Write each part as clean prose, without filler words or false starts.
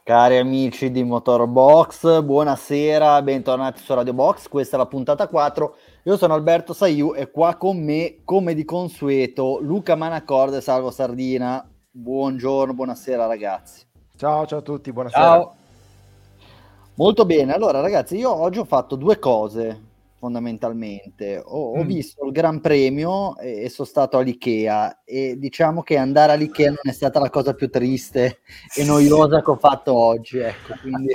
Cari amici di Motorbox, buonasera, bentornati su Radio Box, questa è la puntata 4, io sono Alberto Saiu e qua con me, come di consueto, Luca Manacorde, Salvo Sardina. Buongiorno, buonasera ragazzi. Ciao a tutti, buonasera. Ciao. Molto bene, allora ragazzi, io oggi ho fatto due cose fondamentalmente. Ho visto il Gran Premio e sono stato all'Ikea e diciamo che andare all'Ikea non è stata la cosa più triste e noiosa che ho fatto oggi, ecco, quindi...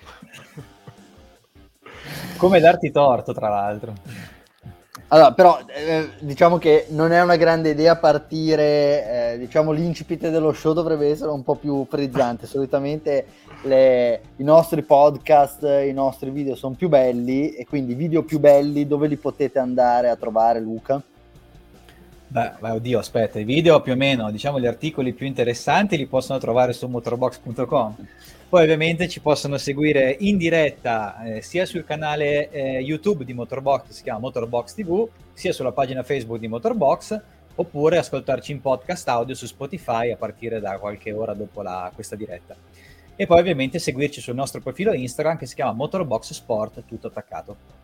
Come darti torto, tra l'altro. Allora, però diciamo che non è una grande idea partire, diciamo l'incipit dello show dovrebbe essere un po' più frizzante. Solitamente i nostri podcast, i nostri video sono più belli e quindi video più belli dove li potete andare a trovare, Luca? Beh, oddio, aspetta, i video più o meno, diciamo gli articoli più interessanti li possono trovare su motorbox.com. Poi ovviamente ci possono seguire in diretta sia sul canale YouTube di Motorbox, che si chiama Motorbox TV, sia sulla pagina Facebook di Motorbox, oppure ascoltarci in podcast audio su Spotify a partire da qualche ora dopo questa diretta. E poi ovviamente seguirci sul nostro profilo Instagram che si chiama Motorbox Sport, tutto attaccato.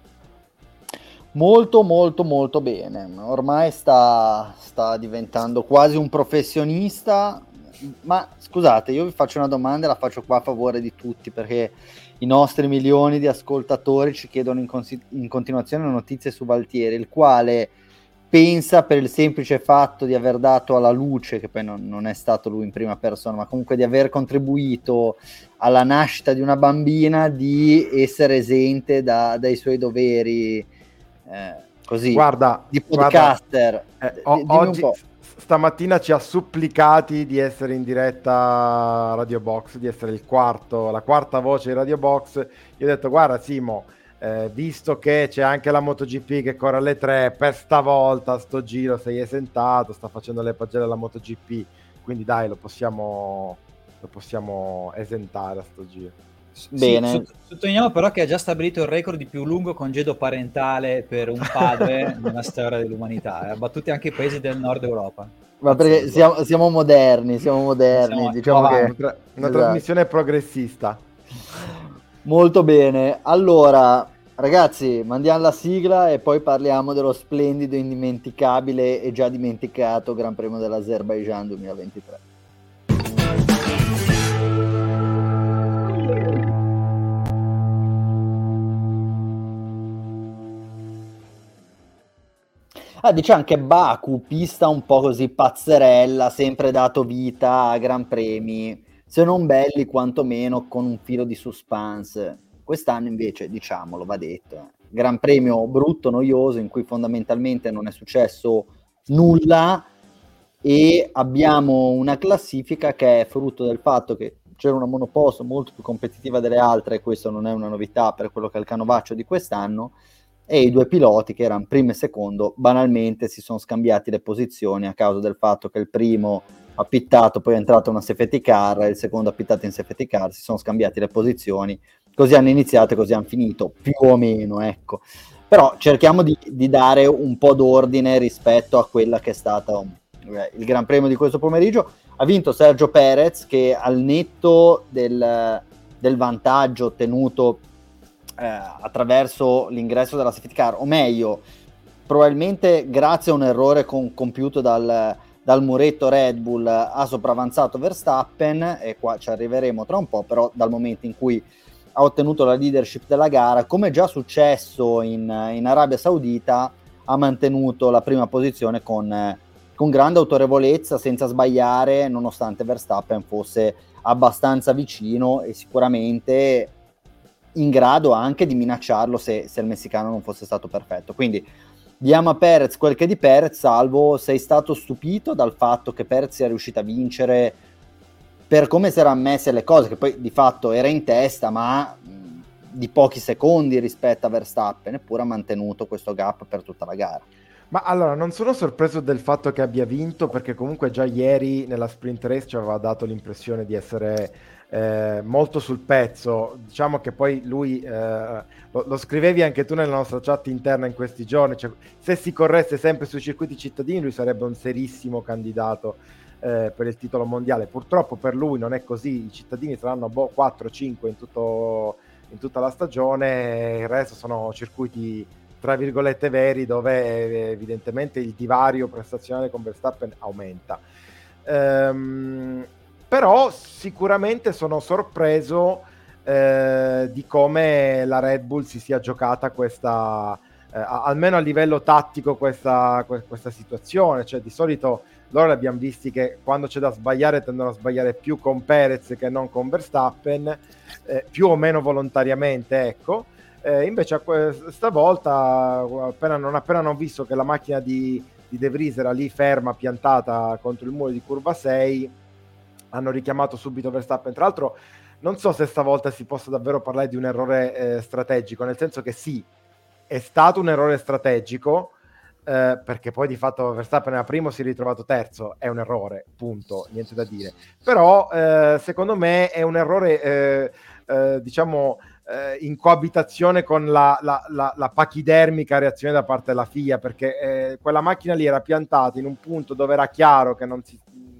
Molto molto molto bene, ormai sta diventando quasi un professionista. Ma scusate, io vi faccio una domanda e la faccio qua a favore di tutti, perché i nostri milioni di ascoltatori ci chiedono in continuazione notizie su Valtieri, il quale pensa, per il semplice fatto di aver dato alla luce, che poi non è stato lui in prima persona, ma comunque di aver contribuito alla nascita di una bambina, di essere esente dai suoi doveri così, Guarda, di podcaster. oggi, stamattina ci ha supplicati di essere in diretta Radio Box, di essere la quarta voce di Radio Box. Io ho detto, guarda Simo, visto che c'è anche la MotoGP che corre alle 3, per stavolta sto giro sei esentato, sta facendo le pagelle della MotoGP, quindi dai, lo possiamo esentare a sto giro. Bene. Sì, sottolineiamo però che ha già stabilito il record di più lungo congedo parentale per un padre nella storia dell'umanità. Ha battuto anche i paesi del nord Europa. Ma perché siamo moderni, diciamo che una trasmissione progressista. Molto bene. Allora, ragazzi, mandiamo la sigla e poi parliamo dello splendido, indimenticabile e già dimenticato Gran Premio dell'Azerbaijan 2023. Diciamo che Baku, pista un po' così pazzerella, sempre dato vita a gran premi, se non belli quantomeno con un filo di suspense. Quest'anno invece, diciamolo, va detto, gran premio brutto, noioso, in cui fondamentalmente non è successo nulla e abbiamo una classifica che è frutto del fatto che c'era una monoposto molto più competitiva delle altre, e questo non è una novità per quello che è il canovaccio di quest'anno, e i due piloti che erano primo e secondo banalmente si sono scambiati le posizioni a causa del fatto che il primo ha pittato, poi è entrato una safety car e il secondo ha pittato in safety car, si sono scambiati le posizioni, così hanno iniziato e così hanno finito, più o meno, ecco. Però cerchiamo di dare un po' d'ordine rispetto a quella che è stato il Gran Premio di questo pomeriggio. Ha vinto Sergio Perez, che al netto del vantaggio ottenuto attraverso l'ingresso della safety car, o meglio, probabilmente grazie a un errore compiuto dal muretto Red Bull, ha sopravanzato Verstappen, e qua ci arriveremo tra un po', però dal momento in cui ha ottenuto la leadership della gara, come già successo in Arabia Saudita, ha mantenuto la prima posizione con grande autorevolezza, senza sbagliare, nonostante Verstappen fosse abbastanza vicino e sicuramente in grado anche di minacciarlo se il messicano non fosse stato perfetto. Quindi diamo a Perez quel che di Perez. Salvo, sei stato stupito dal fatto che Perez sia riuscito a vincere per come si erano messe le cose, che poi di fatto era in testa, ma di pochi secondi rispetto a Verstappen, eppure ha mantenuto questo gap per tutta la gara? Ma allora, non sono sorpreso del fatto che abbia vinto, perché comunque già ieri nella sprint race ci aveva dato l'impressione di essere molto sul pezzo. Diciamo che poi lui, lo scrivevi anche tu nella nostra chat interna in questi giorni, cioè, se si corresse sempre sui circuiti cittadini lui sarebbe un serissimo candidato per il titolo mondiale. Purtroppo per lui non è così, i cittadini saranno 4-5 in tutta la stagione, il resto sono circuiti tra virgolette veri, dove evidentemente il divario prestazionale con Verstappen aumenta. Però sicuramente sono sorpreso di come la Red Bull si sia giocata questa, almeno a livello tattico, questa situazione. Cioè, di solito loro li abbiamo visti che quando c'è da sbagliare tendono a sbagliare più con Perez che non con Verstappen, più o meno volontariamente, ecco. Invece stavolta, non appena hanno visto che la macchina di De Vries era lì ferma, piantata contro il muro di curva 6, hanno richiamato subito Verstappen. Tra l'altro non so se stavolta si possa davvero parlare di un errore strategico, nel senso che sì, è stato un errore strategico, perché poi di fatto Verstappen era primo, si è ritrovato terzo, è un errore, punto, niente da dire. Però secondo me è un errore diciamo in coabitazione con la pachidermica reazione da parte della FIA, perché quella macchina lì era piantata in un punto dove era chiaro che non si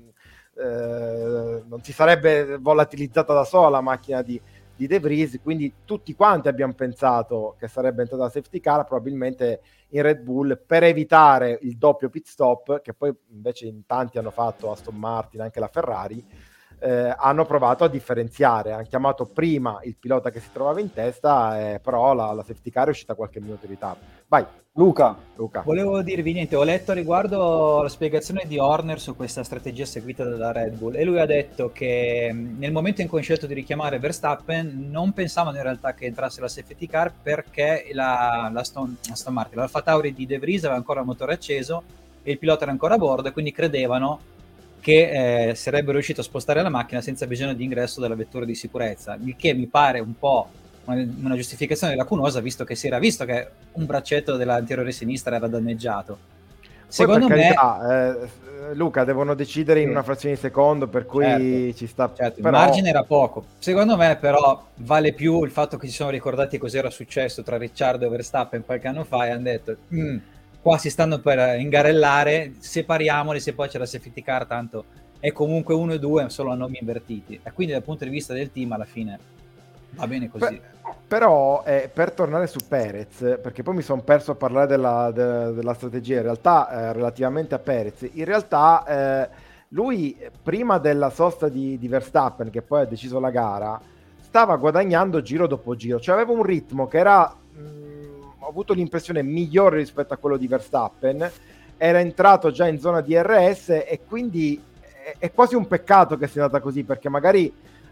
sarebbe volatilizzata da sola la macchina di De Vries, quindi tutti quanti abbiamo pensato che sarebbe entrata la safety car probabilmente in Red Bull per evitare il doppio pit stop, che poi invece in tanti hanno fatto, Aston Martin, anche la Ferrari. Hanno provato a differenziare, hanno chiamato prima il pilota che si trovava in testa, però la safety car è uscita qualche minuto in ritardo. Vai Luca. Volevo dirvi niente, ho letto riguardo la spiegazione di Horner su questa strategia seguita dalla Red Bull, e lui ha detto che nel momento in cui hanno scelto di richiamare Verstappen non pensavano in realtà che entrasse la safety car, perché la Aston Martin, l'Alfa Tauri di De Vries aveva ancora il motore acceso e il pilota era ancora a bordo, e quindi credevano che sarebbero riusciti a spostare la macchina senza bisogno di ingresso della vettura di sicurezza, il che mi pare un po' una giustificazione lacunosa, visto che si era visto che un braccetto dell'anteriore sinistra era danneggiato. Secondo me, Luca, devono decidere in una frazione di secondo, per cui certo, ci sta. Certo, però... il margine era poco. Secondo me però vale più il fatto che si sono ricordati cos'era successo tra Ricciardo e Verstappen qualche anno fa e hanno detto qua si stanno per ingarellare, separiamoli, se poi c'è la safety car tanto è comunque 1 e 2 solo a nomi invertiti, e quindi dal punto di vista del team alla fine va bene così. Però per tornare su Perez, perché poi mi sono perso a parlare della strategia in realtà, relativamente a Perez, in realtà lui prima della sosta di Verstappen, che poi ha deciso la gara, stava guadagnando giro dopo giro, cioè aveva un ritmo che era ho avuto l'impressione migliore rispetto a quello di Verstappen, era entrato già in zona DRS, e quindi è quasi un peccato che sia andata così, perché magari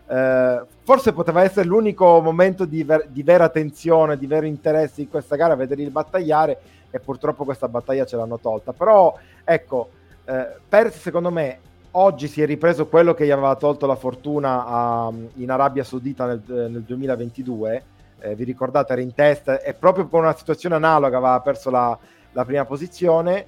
forse poteva essere l'unico momento di vera tensione, di vero interesse in questa gara, vederli battagliare, e purtroppo questa battaglia ce l'hanno tolta. Però ecco, Perez secondo me oggi si è ripreso quello che gli aveva tolto la fortuna in Arabia Saudita nel 2022. Vi ricordate, era in testa e proprio con una situazione analoga aveva perso la prima posizione.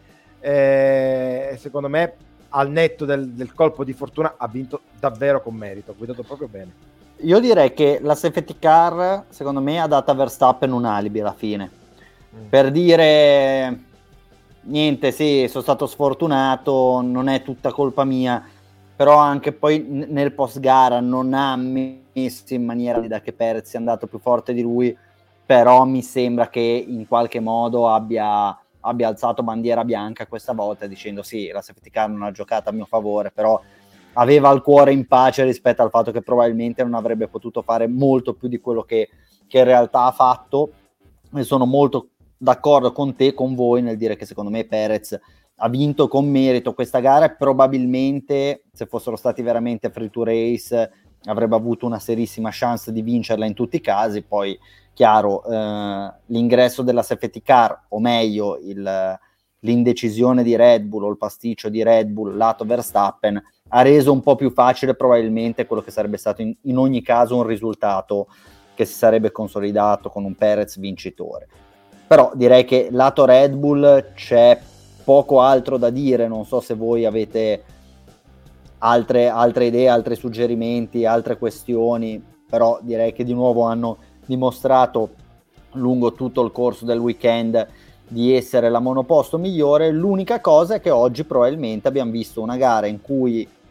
Secondo me, al netto del colpo di fortuna, ha vinto davvero con merito, ha guidato proprio bene. Io direi che la safety car secondo me ha dato a Verstappen un alibi alla fine, per dire niente, sì, sono stato sfortunato, non è tutta colpa mia, però anche poi nel post gara non ha messo in maniera da che Perez sia andato più forte di lui, però mi sembra che in qualche modo abbia alzato bandiera bianca questa volta, dicendo sì, la safety car non ha giocato a mio favore, però aveva il cuore in pace rispetto al fatto che probabilmente non avrebbe potuto fare molto più di quello che in realtà ha fatto. E sono molto d'accordo con te, con voi, nel dire che secondo me Perez ha vinto con merito questa gara, e probabilmente se fossero stati veramente free to race avrebbe avuto una serissima chance di vincerla in tutti i casi. Poi chiaro, l'ingresso della safety car, o meglio l'indecisione di Red Bull o il pasticcio di Red Bull lato Verstappen, ha reso un po' più facile probabilmente quello che sarebbe stato in ogni caso un risultato che si sarebbe consolidato con un Perez vincitore. Però direi che lato Red Bull c'è poco altro da dire. Non so se voi avete altre idee, altri suggerimenti, altre questioni, però direi che di nuovo hanno dimostrato lungo tutto il corso del weekend di essere la monoposto migliore. L'unica cosa è che oggi probabilmente abbiamo visto una gara in cui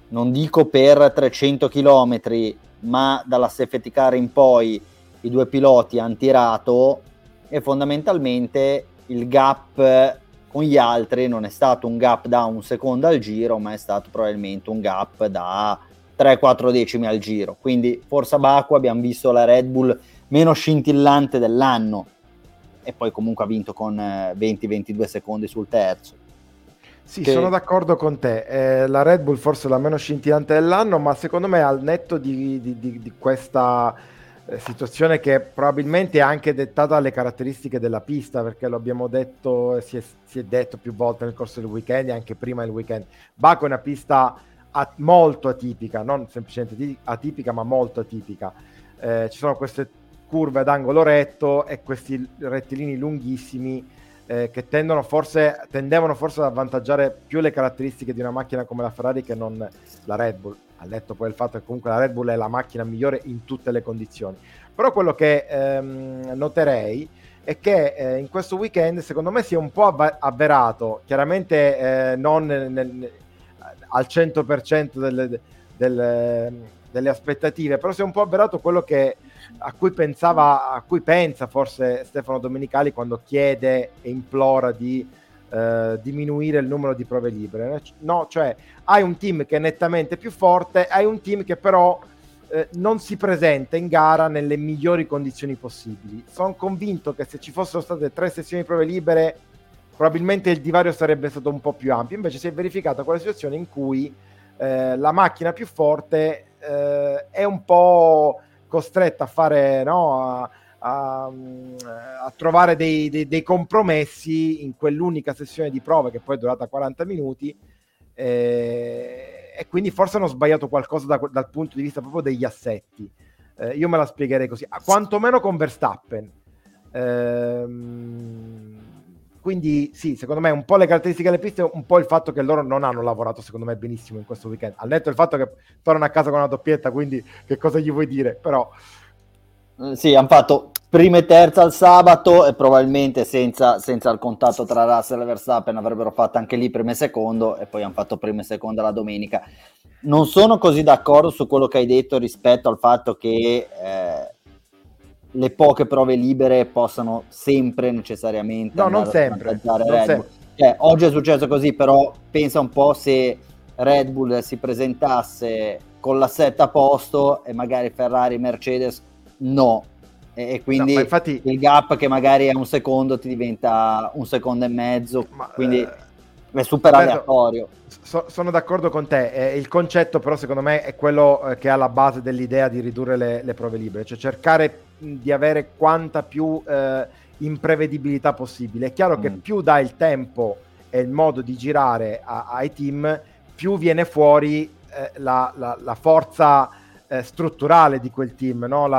non dico per 300 km, ma dalla safety car in poi i due piloti hanno tirato e fondamentalmente il gap con gli altri non è stato un gap da un secondo al giro, ma è stato probabilmente un gap da 3-4 decimi al giro. Quindi forse a Baku abbiamo visto la Red Bull meno scintillante dell'anno e poi comunque ha vinto con 20-22 secondi sul terzo. Sì, sono d'accordo con te. La Red Bull forse è la meno scintillante dell'anno, ma secondo me al netto di questa situazione che probabilmente è anche dettata dalle caratteristiche della pista, perché lo abbiamo detto, si è detto più volte nel corso del weekend e anche prima del weekend. Baku è una pista molto atipica, non semplicemente atipica, ma molto atipica. Ci sono queste curve ad angolo retto e questi rettilini lunghissimi che tendevano forse ad avvantaggiare più le caratteristiche di una macchina come la Ferrari che non la Red Bull, al netto poi il fatto che comunque la Red Bull è la macchina migliore in tutte le condizioni. Però quello che noterei è che in questo weekend secondo me si è un po' avverato, chiaramente non al 100% delle aspettative, però si è un po' avverato quello a cui pensa forse Stefano Domenicali quando chiede e implora di diminuire il numero di prove libere. No, cioè hai un team che è nettamente più forte, hai un team che però non si presenta in gara nelle migliori condizioni possibili. Sono convinto che se ci fossero state 3 sessioni di prove libere probabilmente il divario sarebbe stato un po' più ampio. Invece si è verificata quella situazione in cui la macchina più forte è un po' costretta a fare, no, a trovare dei compromessi in quell'unica sessione di prove che poi è durata 40 minuti e quindi forse hanno sbagliato qualcosa dal punto di vista proprio degli assetti. Io me la spiegherei così, quantomeno con Verstappen. Quindi sì, secondo me un po' le caratteristiche delle piste, un po' il fatto che loro non hanno lavorato secondo me benissimo in questo weekend, al netto del fatto che tornano a casa con una doppietta, quindi che cosa gli vuoi dire? Però sì, hanno fatto prima e terza al sabato e probabilmente senza il contatto tra Russell e Verstappen avrebbero fatto anche lì prima e secondo, e poi hanno fatto prima e seconda la domenica. Non sono così d'accordo su quello che hai detto rispetto al fatto che le poche prove libere possano sempre necessariamente no, non sempre, Red Bull. Oggi è successo così, però pensa un po' se Red Bull si presentasse con l'assetto a posto e magari Ferrari, Mercedes no, e quindi no, infatti, il gap che magari è un secondo ti diventa un secondo e mezzo, quindi è super aleatorio. Sono d'accordo con te, il concetto però secondo me è quello che è alla base dell'idea di ridurre le prove libere, cioè cercare di avere quanta più imprevedibilità possibile. È chiaro che più dai il tempo e il modo di girare ai team, più viene fuori la forza strutturale di quel team, no?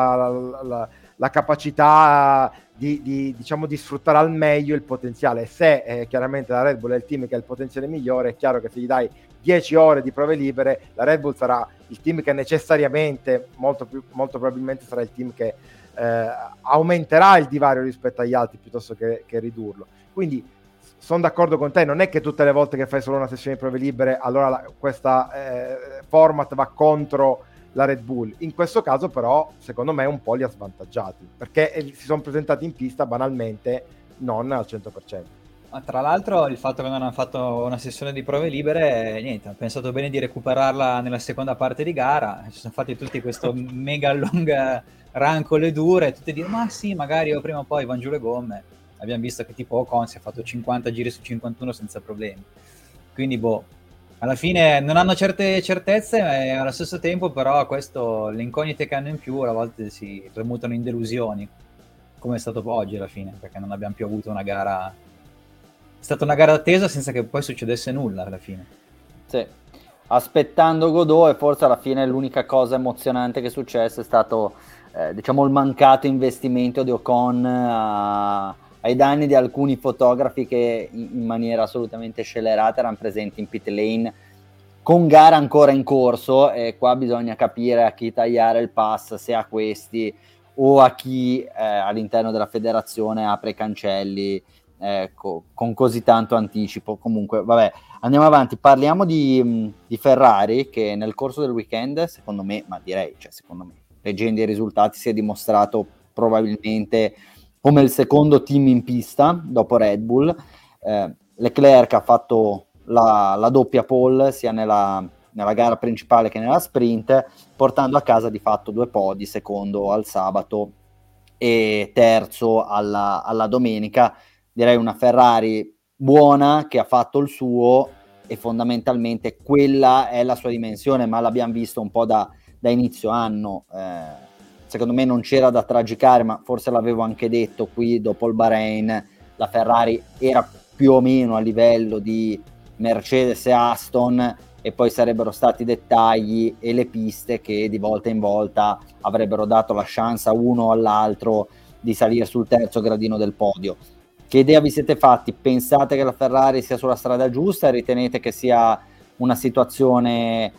La capacità diciamo di sfruttare al meglio il potenziale. Se chiaramente la Red Bull è il team che ha il potenziale migliore, è chiaro che se gli dai 10 ore di prove libere, la Red Bull sarà il team che necessariamente, molto probabilmente sarà il team che aumenterà il divario rispetto agli altri piuttosto che ridurlo. Quindi sono d'accordo con te, non è che tutte le volte che fai solo una sessione di prove libere allora questa format va contro la Red Bull. In questo caso però secondo me un po' li ha svantaggiati perché si sono presentati in pista banalmente non al 100%. Ma tra l'altro il fatto che non hanno fatto una sessione di prove libere, niente, hanno pensato bene di recuperarla nella seconda parte di gara, ci sono fatti tutti questo mega long run con le dure, tutti dire ma sì, magari o prima o poi vanno giù le gomme. Abbiamo visto che tipo Ocon si è fatto 50 giri su 51 senza problemi, quindi alla fine non hanno certe certezze, ma allo stesso tempo però questo, le incognite che hanno in più a volte si tramutano in delusioni, come è stato oggi alla fine, perché non abbiamo più avuto una gara. È stata una gara attesa senza che poi succedesse nulla alla fine. Sì, aspettando Godot, e forse alla fine l'unica cosa emozionante che è successa è stato diciamo il mancato investimento di Ocon ai danni di alcuni fotografi che in maniera assolutamente scellerata erano presenti in pit lane con gara ancora in corso, e qua bisogna capire a chi tagliare il pass, se a questi o a chi all'interno della federazione apre i cancelli con così tanto anticipo. Comunque, vabbè, andiamo avanti. Parliamo di Ferrari, che nel corso del weekend, secondo me, leggendo i risultati, si è dimostrato probabilmente come il secondo team in pista dopo Red Bull. Leclerc ha fatto la doppia pole sia nella gara principale che nella sprint, portando a casa di fatto 2 podi, secondo al sabato e terzo alla domenica. Direi una Ferrari buona che ha fatto il suo, e fondamentalmente quella è la sua dimensione, ma l'abbiamo visto un po' da inizio anno. Secondo me non c'era da tragicare, ma forse l'avevo anche detto qui dopo il Bahrain, la Ferrari era più o meno a livello di Mercedes e Aston, e poi sarebbero stati i dettagli e le piste che di volta in volta avrebbero dato la chance a uno o all'altro di salire sul terzo gradino del podio. Che idea vi siete fatti? Pensate che la Ferrari sia sulla strada giusta? Ritenete che sia una situazione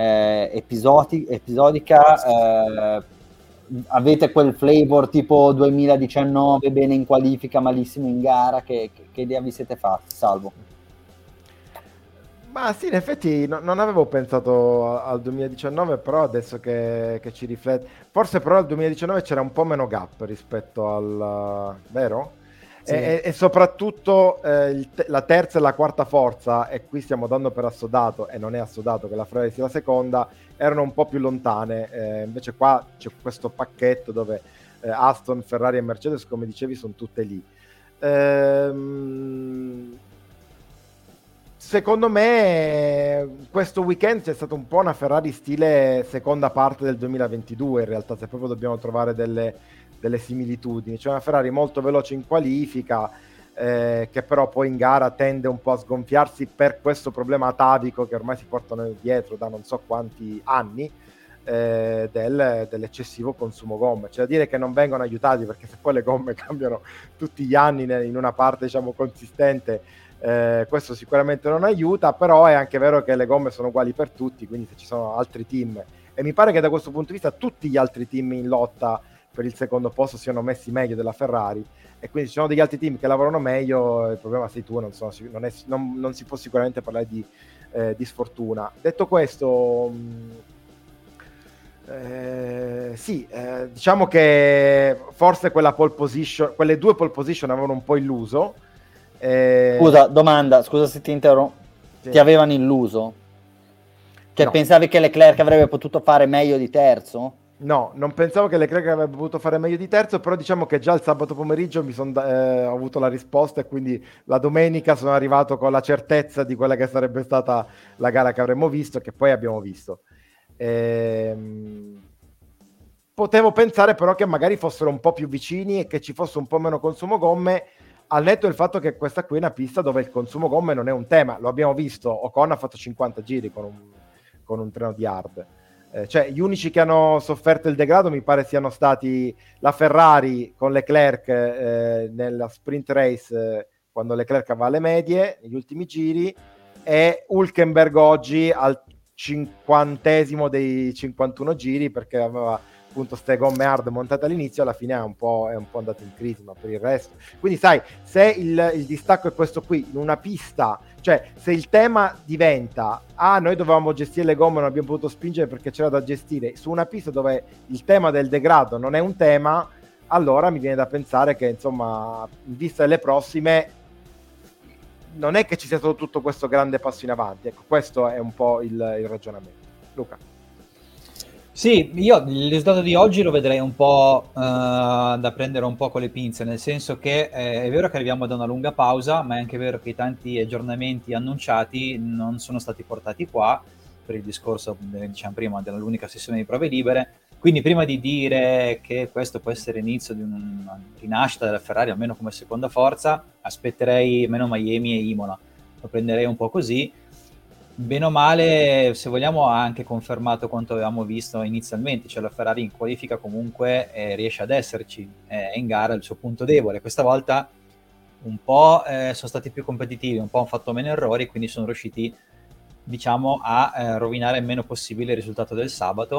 episodica? Avete quel flavor tipo 2019, bene in qualifica, malissimo in gara? Che idea vi siete fatti, Salvo? Ma sì, in effetti non avevo pensato al 2019, però adesso che ci rifletto, forse però al 2019 c'era un po' meno gap rispetto al... vero? Sì. E soprattutto la terza e la quarta forza, e qui stiamo dando per assodato, e non è assodato che la Ferrari sia la seconda, erano un po' più lontane, invece qua c'è questo pacchetto dove Aston, Ferrari e Mercedes, come dicevi, sono tutte lì. Secondo me questo weekend c'è stata un po' una Ferrari stile seconda parte del 2022, in realtà, se proprio dobbiamo trovare delle similitudini. C'è una Ferrari molto veloce in qualifica, che però poi in gara tende un po' a sgonfiarsi per questo problema atavico che ormai si portano dietro da non so quanti anni, dell'eccessivo consumo gomme. C'è da dire che non vengono aiutati, perché se poi le gomme cambiano tutti gli anni in una parte, diciamo, consistente, questo sicuramente non aiuta, però è anche vero che le gomme sono uguali per tutti, quindi se ci sono altri team, e mi pare che da questo punto di vista tutti gli altri team in lotta per il secondo posto siano messi meglio della Ferrari, e quindi ci sono degli altri team che lavorano meglio, il problema sei tu, non si può sicuramente parlare di sfortuna. Detto questo, diciamo che forse quelle 2 pole position avevano un po' illuso. Scusa se ti interrompo. Sì. Ti avevano illuso? Cioè, no. Pensavi che Leclerc avrebbe potuto fare meglio di terzo? No, non pensavo che Leclerc avrebbe potuto fare meglio di terzo, però diciamo che già il sabato pomeriggio ho avuto la risposta, e quindi la domenica sono arrivato con la certezza di quella che sarebbe stata la gara che avremmo visto, che poi abbiamo visto. Potevo pensare però che magari fossero un po' più vicini e che ci fosse un po' meno consumo gomme, al netto del fatto che questa qui è una pista dove il consumo gomme non è un tema. Lo abbiamo visto, Ocon ha fatto 50 giri con un treno di hard. Cioè, gli unici che hanno sofferto il degrado mi pare siano stati la Ferrari con Leclerc nella sprint race, quando Leclerc va alle medie negli ultimi giri, e Hülkenberg oggi al 50° dei 51 giri, perché aveva appunto ste gomme hard montate all'inizio, alla fine è un po' andato in crisi, ma per il resto, quindi sai, se il distacco è questo qui, in una pista, cioè se il tema diventa noi dovevamo gestire le gomme, non abbiamo potuto spingere perché c'era da gestire, su una pista dove il tema del degrado non è un tema, allora mi viene da pensare che, insomma, in vista delle prossime non è che ci sia stato tutto questo grande passo in avanti. Ecco, questo è un po' il ragionamento. Luca? Sì, io il risultato di oggi lo vedrei un po' da prendere un po' con le pinze, nel senso che è vero che arriviamo da una lunga pausa, ma è anche vero che i tanti aggiornamenti annunciati non sono stati portati qua, per il discorso, diciamo prima, dell'unica sessione di prove libere. Quindi prima di dire che questo può essere l'inizio di una rinascita della Ferrari, almeno come seconda forza, aspetterei meno Miami e Imola, lo prenderei un po' così. Bene o male, se vogliamo, ha anche confermato quanto avevamo visto inizialmente, cioè la Ferrari in qualifica comunque riesce ad esserci, è in gara il suo punto debole. Questa volta un po' sono stati più competitivi, un po' hanno fatto meno errori, quindi sono riusciti, diciamo, a rovinare il meno possibile il risultato del sabato,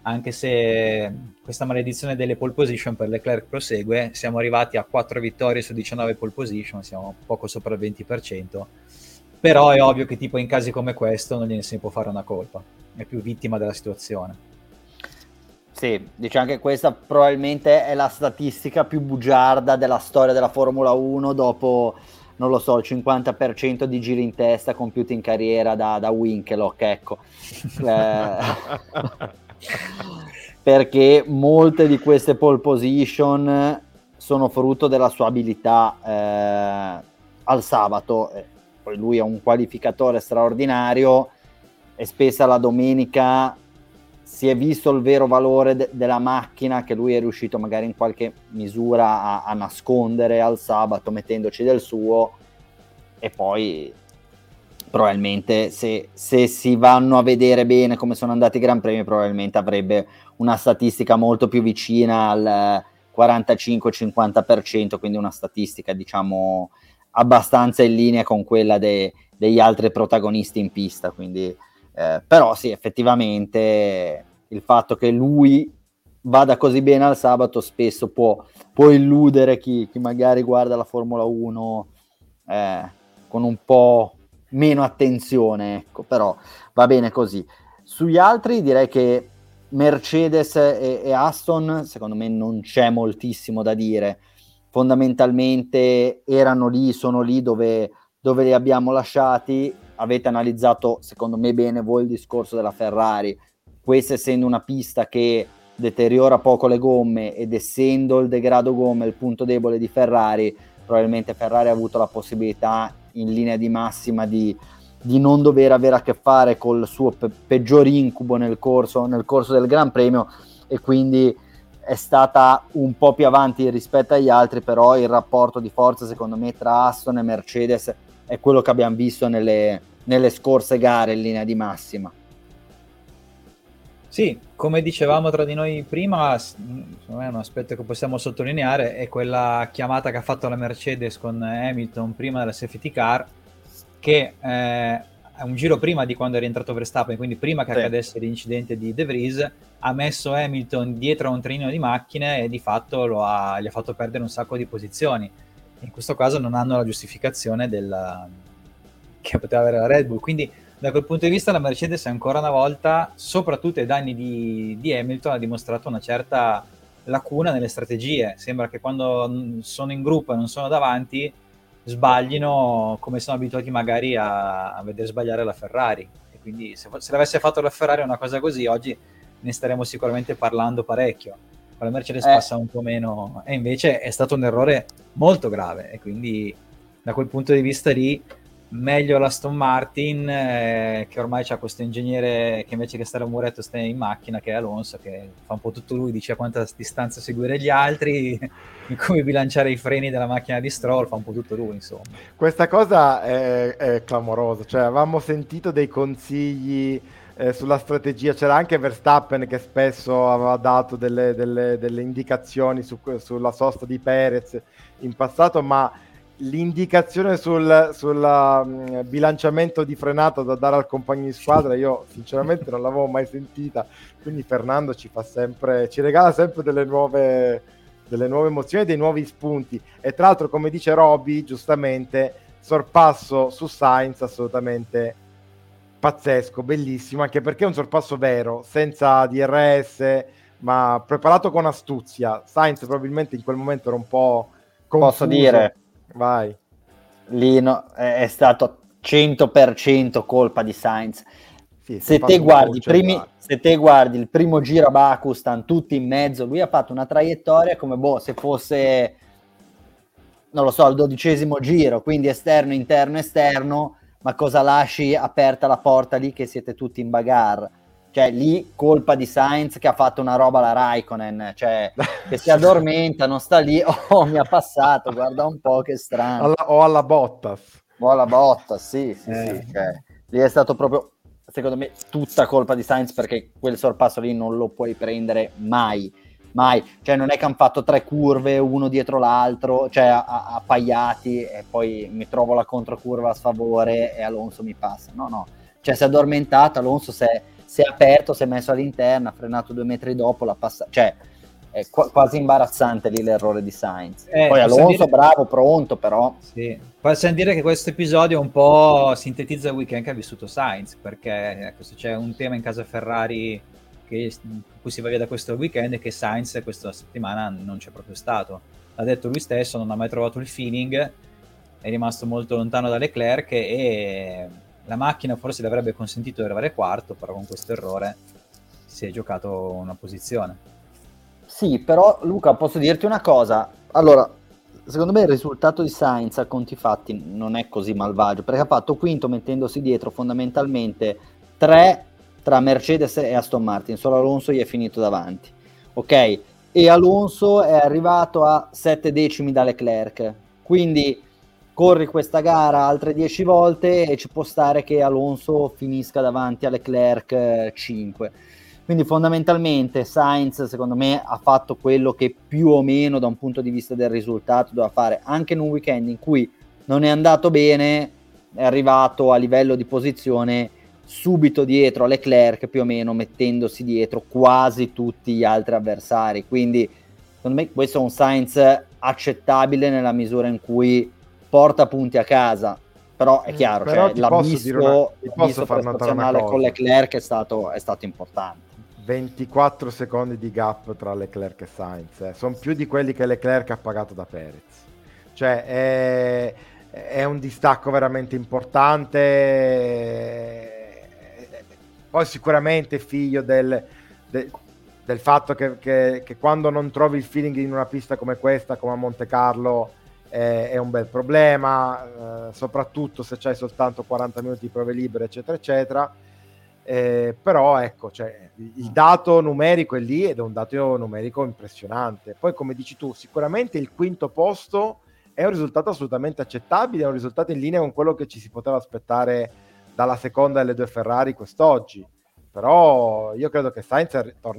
anche se questa maledizione delle pole position per Leclerc prosegue. Siamo arrivati a 4 vittorie su 19 pole position, siamo poco sopra il 20%, però è ovvio che tipo in casi come questo non gliene si può fare una colpa, è più vittima della situazione. Sì, diciamo che questa probabilmente è la statistica più bugiarda della storia della Formula 1 dopo, non lo so, il 50% di giri in testa compiuti in carriera da Winkelock, ecco. Perché molte di queste pole position sono frutto della sua abilità al sabato. Poi lui è un qualificatore straordinario e spesso la domenica si è visto il vero valore della macchina che lui è riuscito magari in qualche misura a nascondere al sabato mettendoci del suo, e poi probabilmente se si vanno a vedere bene come sono andati i Gran Premi probabilmente avrebbe una statistica molto più vicina al 45-50%, quindi una statistica diciamo abbastanza in linea con quella degli altri protagonisti in pista, quindi però sì, effettivamente il fatto che lui vada così bene al sabato spesso può illudere chi magari guarda la Formula 1 con un po' meno attenzione, ecco, però va bene così. Sugli altri direi che Mercedes e Aston secondo me non c'è moltissimo da dire, fondamentalmente erano lì, sono lì dove li abbiamo lasciati. Avete analizzato secondo me bene voi il discorso della Ferrari, questa essendo una pista che deteriora poco le gomme ed essendo il degrado gomme il punto debole di Ferrari, probabilmente Ferrari ha avuto la possibilità in linea di massima di non dover avere a che fare col suo peggior incubo nel corso del Gran Premio, e quindi è stata un po' più avanti rispetto agli altri, però il rapporto di forza secondo me tra Aston e Mercedes è quello che abbiamo visto nelle scorse gare in linea di massima. Sì, come dicevamo tra di noi prima, secondo me un aspetto che possiamo sottolineare è quella chiamata che ha fatto la Mercedes con Hamilton prima della safety car, che è un giro prima di quando è rientrato Verstappen, quindi prima che accadesse l'incidente di De Vries, ha messo Hamilton dietro a un trenino di macchine e di fatto gli ha fatto perdere un sacco di posizioni. In questo caso non hanno la giustificazione che poteva avere la Red Bull, quindi da quel punto di vista la Mercedes ancora una volta, soprattutto ai danni di Hamilton, ha dimostrato una certa lacuna nelle strategie. Sembra che quando sono in gruppo e non sono davanti sbaglino come sono abituati magari a vedere sbagliare la Ferrari, e quindi se l'avesse fatto la Ferrari una cosa così oggi ne staremo sicuramente parlando parecchio. Con la Mercedes passa un po' meno, e invece è stato un errore molto grave, e quindi da quel punto di vista lì meglio l'Aston Martin che ormai c'ha questo ingegnere che invece che stare a muretto sta in macchina, che è Alonso, che fa un po' tutto lui, dice a quanta distanza seguire gli altri, in come bilanciare i freni della macchina di Stroll, fa un po' tutto lui, insomma. Questa cosa è clamorosa, cioè avevamo sentito dei consigli sulla strategia, c'era anche Verstappen che spesso aveva dato delle indicazioni sulla sosta di Perez in passato, ma l'indicazione sul bilanciamento di frenata da dare al compagno di squadra io sinceramente non l'avevo mai sentita, quindi Fernando ci regala sempre delle nuove emozioni, dei nuovi spunti. E tra l'altro, come dice Roby giustamente, sorpasso su Sainz assolutamente pazzesco, bellissimo, anche perché è un sorpasso vero, senza DRS, ma preparato con astuzia. Sainz probabilmente in quel momento era un po' confuso. Posso dire, vai, lì è stato 100% colpa di Sainz. Sì, se te guardi il primo giro a Baku, stanno tutti in mezzo, lui ha fatto una traiettoria come se fosse, non lo so, il 12° giro, quindi esterno, interno, esterno, ma cosa lasci aperta la porta lì che siete tutti in bagarre? Cioè lì colpa di Sainz che ha fatto una roba alla Raikkonen, cioè che si addormenta, non sta lì, mi ha passato, guarda un po' che strano. O alla Bottas. O alla Bottas, sì. Cioè, lì è stato proprio, secondo me, tutta colpa di Sainz, perché quel sorpasso lì non lo puoi prendere mai. Cioè non è che hanno fatto 3 curve uno dietro l'altro, cioè appaiati, e poi mi trovo la controcurva a sfavore e Alonso mi passa. No, cioè si è addormentato, Alonso si si è aperto, si è messo all'interno, ha frenato 2 metri dopo, l'ha passato, cioè è quasi imbarazzante lì l'errore di Sainz. Poi Alonso bravo, pronto, però sì, possiamo dire che questo episodio un po' sintetizza il weekend che ha vissuto Sainz, perché ecco, se c'è un tema in casa Ferrari che cui si va via da questo weekend è che Sainz questa settimana non c'è proprio stato. L'ha detto lui stesso, non ha mai trovato il feeling, è rimasto molto lontano da Leclerc e la macchina forse le avrebbe consentito di arrivare quarto, però con questo errore si è giocato una posizione. sì, però Luca, posso dirti una cosa? Allora, secondo me il risultato di Sainz a conti fatti non è così malvagio, perché ha fatto quinto mettendosi dietro fondamentalmente 3 tra Mercedes e Aston Martin, solo Alonso gli è finito davanti, ok? E Alonso è arrivato a 7 decimi da Leclerc, quindi corri questa gara altre 10 volte e ci può stare che Alonso finisca davanti a Leclerc 5. Quindi fondamentalmente Sainz secondo me ha fatto quello che più o meno da un punto di vista del risultato doveva fare, anche in un weekend in cui non è andato bene, è arrivato a livello di posizione subito dietro a Leclerc, più o meno mettendosi dietro quasi tutti gli altri avversari, quindi secondo me questo è un Sainz accettabile nella misura in cui porta punti a casa, però è chiaro, però cioè, l'abisso prestazionale con Leclerc è stato importante. 24 secondi di gap tra Leclerc e Sainz, sono più di quelli che Leclerc ha pagato da Perez, cioè è un distacco veramente importante. Poi sicuramente figlio del fatto che quando non trovi il feeling in una pista come questa, come a Monte Carlo, è un bel problema, soprattutto se c'hai soltanto 40 minuti di prove libere, eccetera eccetera. Però ecco, cioè, il dato numerico è lì ed è un dato numerico impressionante. Poi, come dici tu, sicuramente il quinto posto è un risultato assolutamente accettabile, è un risultato in linea con quello che ci si poteva aspettare dalla seconda delle due Ferrari quest'oggi. Però io credo che Sainz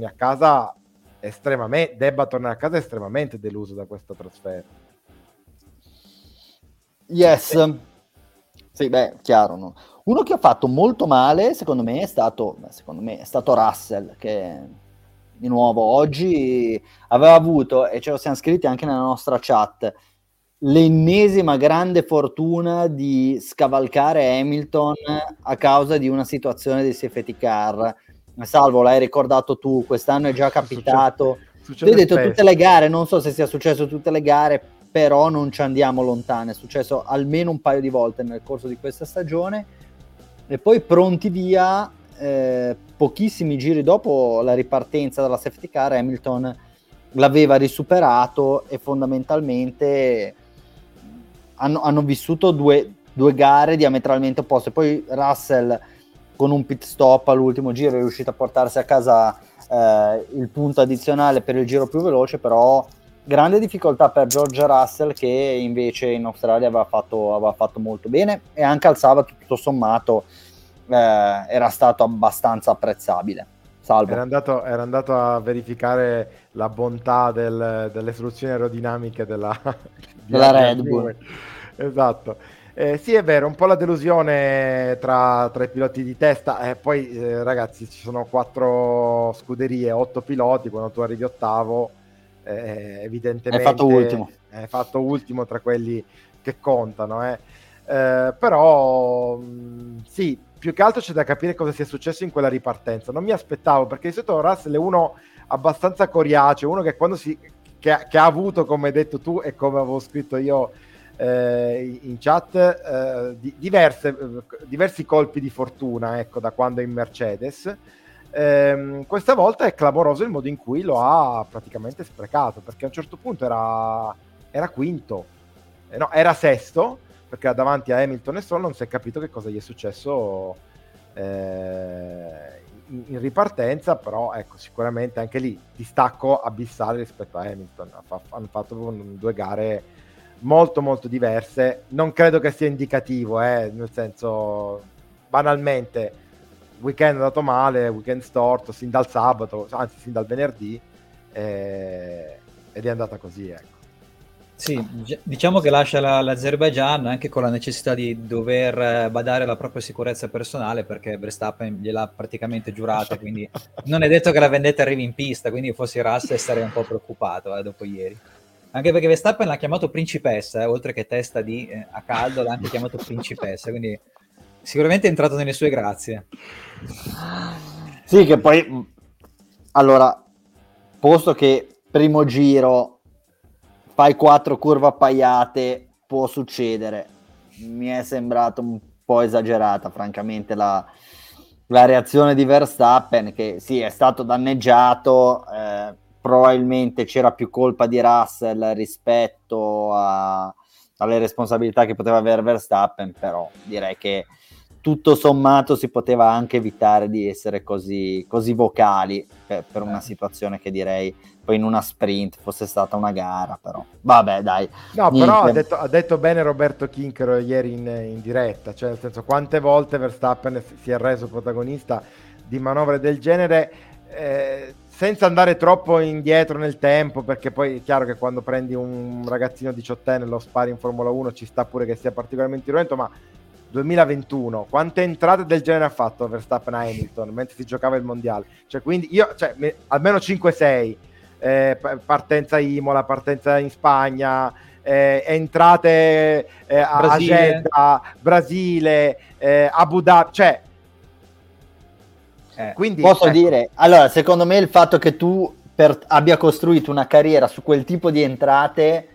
debba tornare a casa estremamente deluso da questa trasferta. Yes, sì, beh, chiaro, no? Uno che ha fatto molto male, secondo me, è stato Russell, che di nuovo oggi aveva avuto, e ce lo siamo scritti anche nella nostra chat, l'ennesima grande fortuna di scavalcare Hamilton a causa di una situazione di safety car. Salvo, l'hai ricordato tu, quest'anno è già capitato. Tu hai detto tutte le gare, non so se sia successo tutte le gare, però non ci andiamo lontane, è successo almeno un paio di volte nel corso di questa stagione. E poi pronti via, pochissimi giri dopo la ripartenza dalla safety car, Hamilton l'aveva risuperato e fondamentalmente hanno vissuto due gare diametralmente opposte. Poi Russell con un pit stop all'ultimo giro è riuscito a portarsi a casa il punto addizionale per il giro più veloce, però grande difficoltà per George Russell, che invece in Australia aveva fatto molto bene, e anche al sabato tutto sommato era stato abbastanza apprezzabile. Salvo. Era andato a verificare la bontà delle soluzioni aerodinamiche della Red Bull. Esatto. Sì, è vero, un po' la delusione tra i piloti di testa. Poi ragazzi, ci sono 4 scuderie, 8 piloti, quando tu arrivi ottavo evidentemente è fatto ultimo tra quelli che contano, però sì, più che altro c'è da capire cosa sia successo in quella ripartenza. Non mi aspettavo, perché di solito Russell è uno abbastanza coriaceo, uno che quando che ha avuto, come hai detto tu e come avevo scritto io in chat, diversi colpi di fortuna, ecco, da quando è in Mercedes. Questa volta è clamoroso il modo in cui lo ha praticamente sprecato, perché a un certo punto era quinto, no, era sesto, perché davanti a Hamilton e Stroll non si è capito che cosa gli è successo in ripartenza. Però ecco, sicuramente anche lì distacco abissale rispetto a Hamilton. Hanno fatto 2 gare molto molto diverse. Non credo che sia indicativo, nel senso, banalmente weekend è andato male, weekend storto sin dal sabato, anzi sin dal venerdì, ed è andata così, ecco. Sì, diciamo che lascia l'Azerbaigian anche con la necessità di dover badare alla propria sicurezza personale, perché Verstappen gliel'ha praticamente giurata, quindi non è detto che la vendetta arrivi in pista, quindi fossi Russell sarei un po' preoccupato dopo ieri. Anche perché Verstappen l'ha chiamato principessa, oltre che testa di a caldo l'ha anche chiamato principessa, quindi sicuramente è entrato nelle sue grazie. Sì, che poi, allora, posto che primo giro fai 4 curve appaiate, può succedere. Mi è sembrato un po' esagerata, francamente, la reazione di Verstappen, che sì, è stato danneggiato, probabilmente c'era più colpa di Russell rispetto alle responsabilità che poteva avere Verstappen, però direi che tutto sommato si poteva anche evitare di essere così vocali per una situazione che direi poi in una sprint fosse stata una gara, però vabbè, dai. No, niente. però ha detto bene Roberto Chinchero ieri in diretta, cioè nel senso, quante volte Verstappen si è reso protagonista di manovre del genere, senza andare troppo indietro nel tempo, perché poi è chiaro che quando prendi un ragazzino 18enne lo spari in Formula 1 ci sta pure che sia particolarmente violento, ma 2021, quante entrate del genere ha fatto Verstappen a Hamilton mentre si giocava il mondiale? Cioè, quindi almeno 5-6, partenza Imola, partenza in Spagna, entrate a Jeddah, Brasile, Abu Dhabi, cioè quindi posso dire, allora, secondo me il fatto che tu abbia costruito una carriera su quel tipo di entrate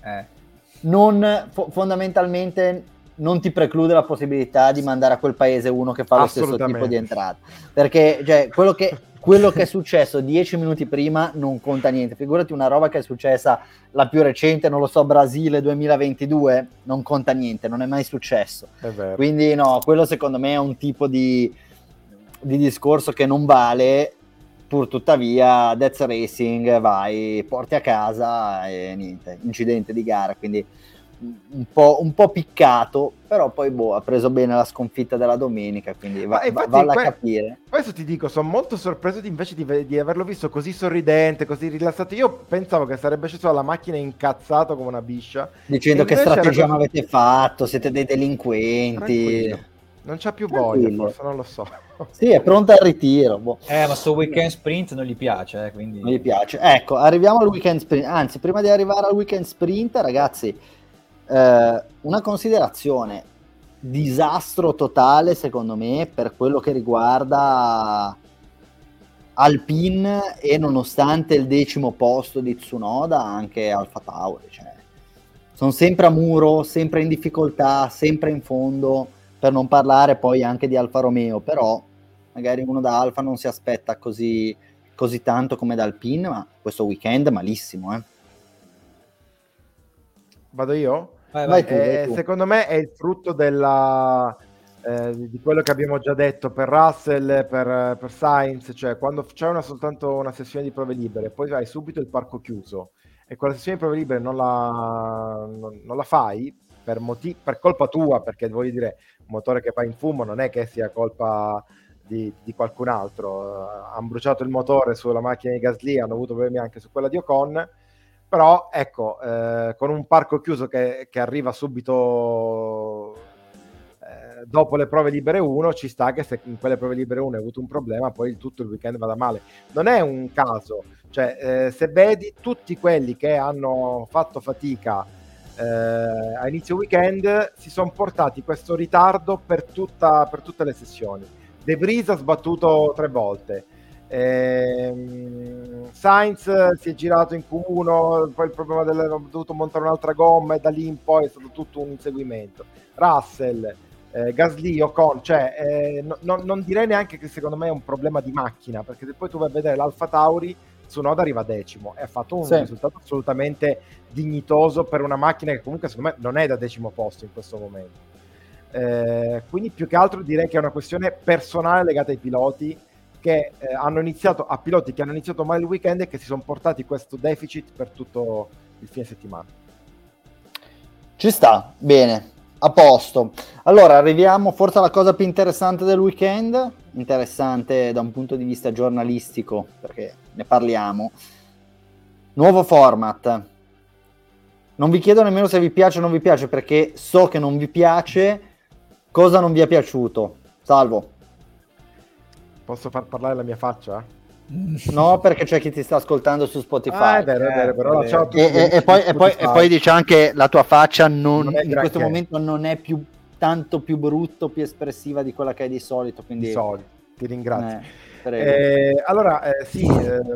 fondamentalmente non ti preclude la possibilità di mandare a quel paese uno che fa lo stesso tipo di entrata, perché cioè, quello che è successo 10 minuti prima non conta niente, figurati una roba che è successa la più recente, non lo so, Brasile 2022, non conta niente, non è mai successo, quindi no, quello secondo me è un tipo di discorso che non vale. Pur tuttavia that's racing, vai, porti a casa e niente, incidente di gara, quindi un po' piccato, però poi ha preso bene la sconfitta della domenica, quindi valla a capire. Questo ti dico, sono molto sorpreso invece di averlo visto così sorridente, così rilassato. Io pensavo che sarebbe sceso dalla macchina incazzato come una biscia, dicendo che strategia mi avete fatto, siete dei delinquenti. Tranquillo. Non c'ha più voglia, forse, non lo so. Sì, è pronto al ritiro. Ma sto weekend sprint non gli piace, quindi... Non gli piace. Ecco, arriviamo al weekend sprint. Anzi, prima di arrivare al weekend sprint, ragazzi, una considerazione: disastro totale secondo me per quello che riguarda Alpine, e nonostante il 10° posto di Tsunoda anche Alfa Tauri, cioè, sono sempre a muro, sempre in difficoltà, sempre in fondo, per non parlare poi anche di Alfa Romeo, però magari uno da Alfa non si aspetta così tanto come da Alpine, ma questo weekend malissimo. Vado io? Vai tu. Secondo me è il frutto di quello che abbiamo già detto per Russell, per Sainz, cioè quando c'è soltanto una sessione di prove libere, poi hai subito il parco chiuso e quella sessione di prove libere non la fai per colpa tua, perché voglio dire, un motore che va in fumo non è che sia colpa di qualcun altro. Hanno bruciato il motore sulla macchina di Gasly, hanno avuto problemi anche su quella di Ocon, però ecco, con un parco chiuso che arriva subito dopo le prove libere 1, ci sta che se in quelle prove libere 1 hai avuto un problema, poi tutto il weekend vada male. Non è un caso, cioè se vedi tutti quelli che hanno fatto fatica a inizio weekend si sono portati questo ritardo per tutte le sessioni. De Vries ha sbattuto 3 volte, Sainz si è girato in Q1, poi il problema ha dovuto montare un'altra gomma e da lì in poi è stato tutto un inseguimento. Russell, Gasly, Ocon, cioè non direi neanche che secondo me è un problema di macchina, perché se poi tu vai a vedere l'Alfa Tauri, Tsunoda arriva 10° e ha fatto un risultato assolutamente dignitoso per una macchina che comunque secondo me non è da 10° posto in questo momento. Quindi più che altro direi che è una questione personale legata ai piloti che a piloti che hanno iniziato male il weekend e che si sono portati questo deficit per tutto il fine settimana. Ci sta, bene, a posto. Allora arriviamo forse alla cosa più interessante del weekend, interessante da un punto di vista giornalistico, perché ne parliamo. Nuovo format. Non vi chiedo nemmeno se vi piace o non vi piace, perché so che non vi piace. Cosa non vi è piaciuto? Salvo. Posso far parlare la mia faccia? No, perché c'è chi ti sta ascoltando su Spotify. È vero, però è ciao a tutti. E poi dice anche la tua faccia non in granché. questo momento non è più tanto più brutto, più espressiva di quella che è di solito. Quindi ti ringrazio. Allora, sì,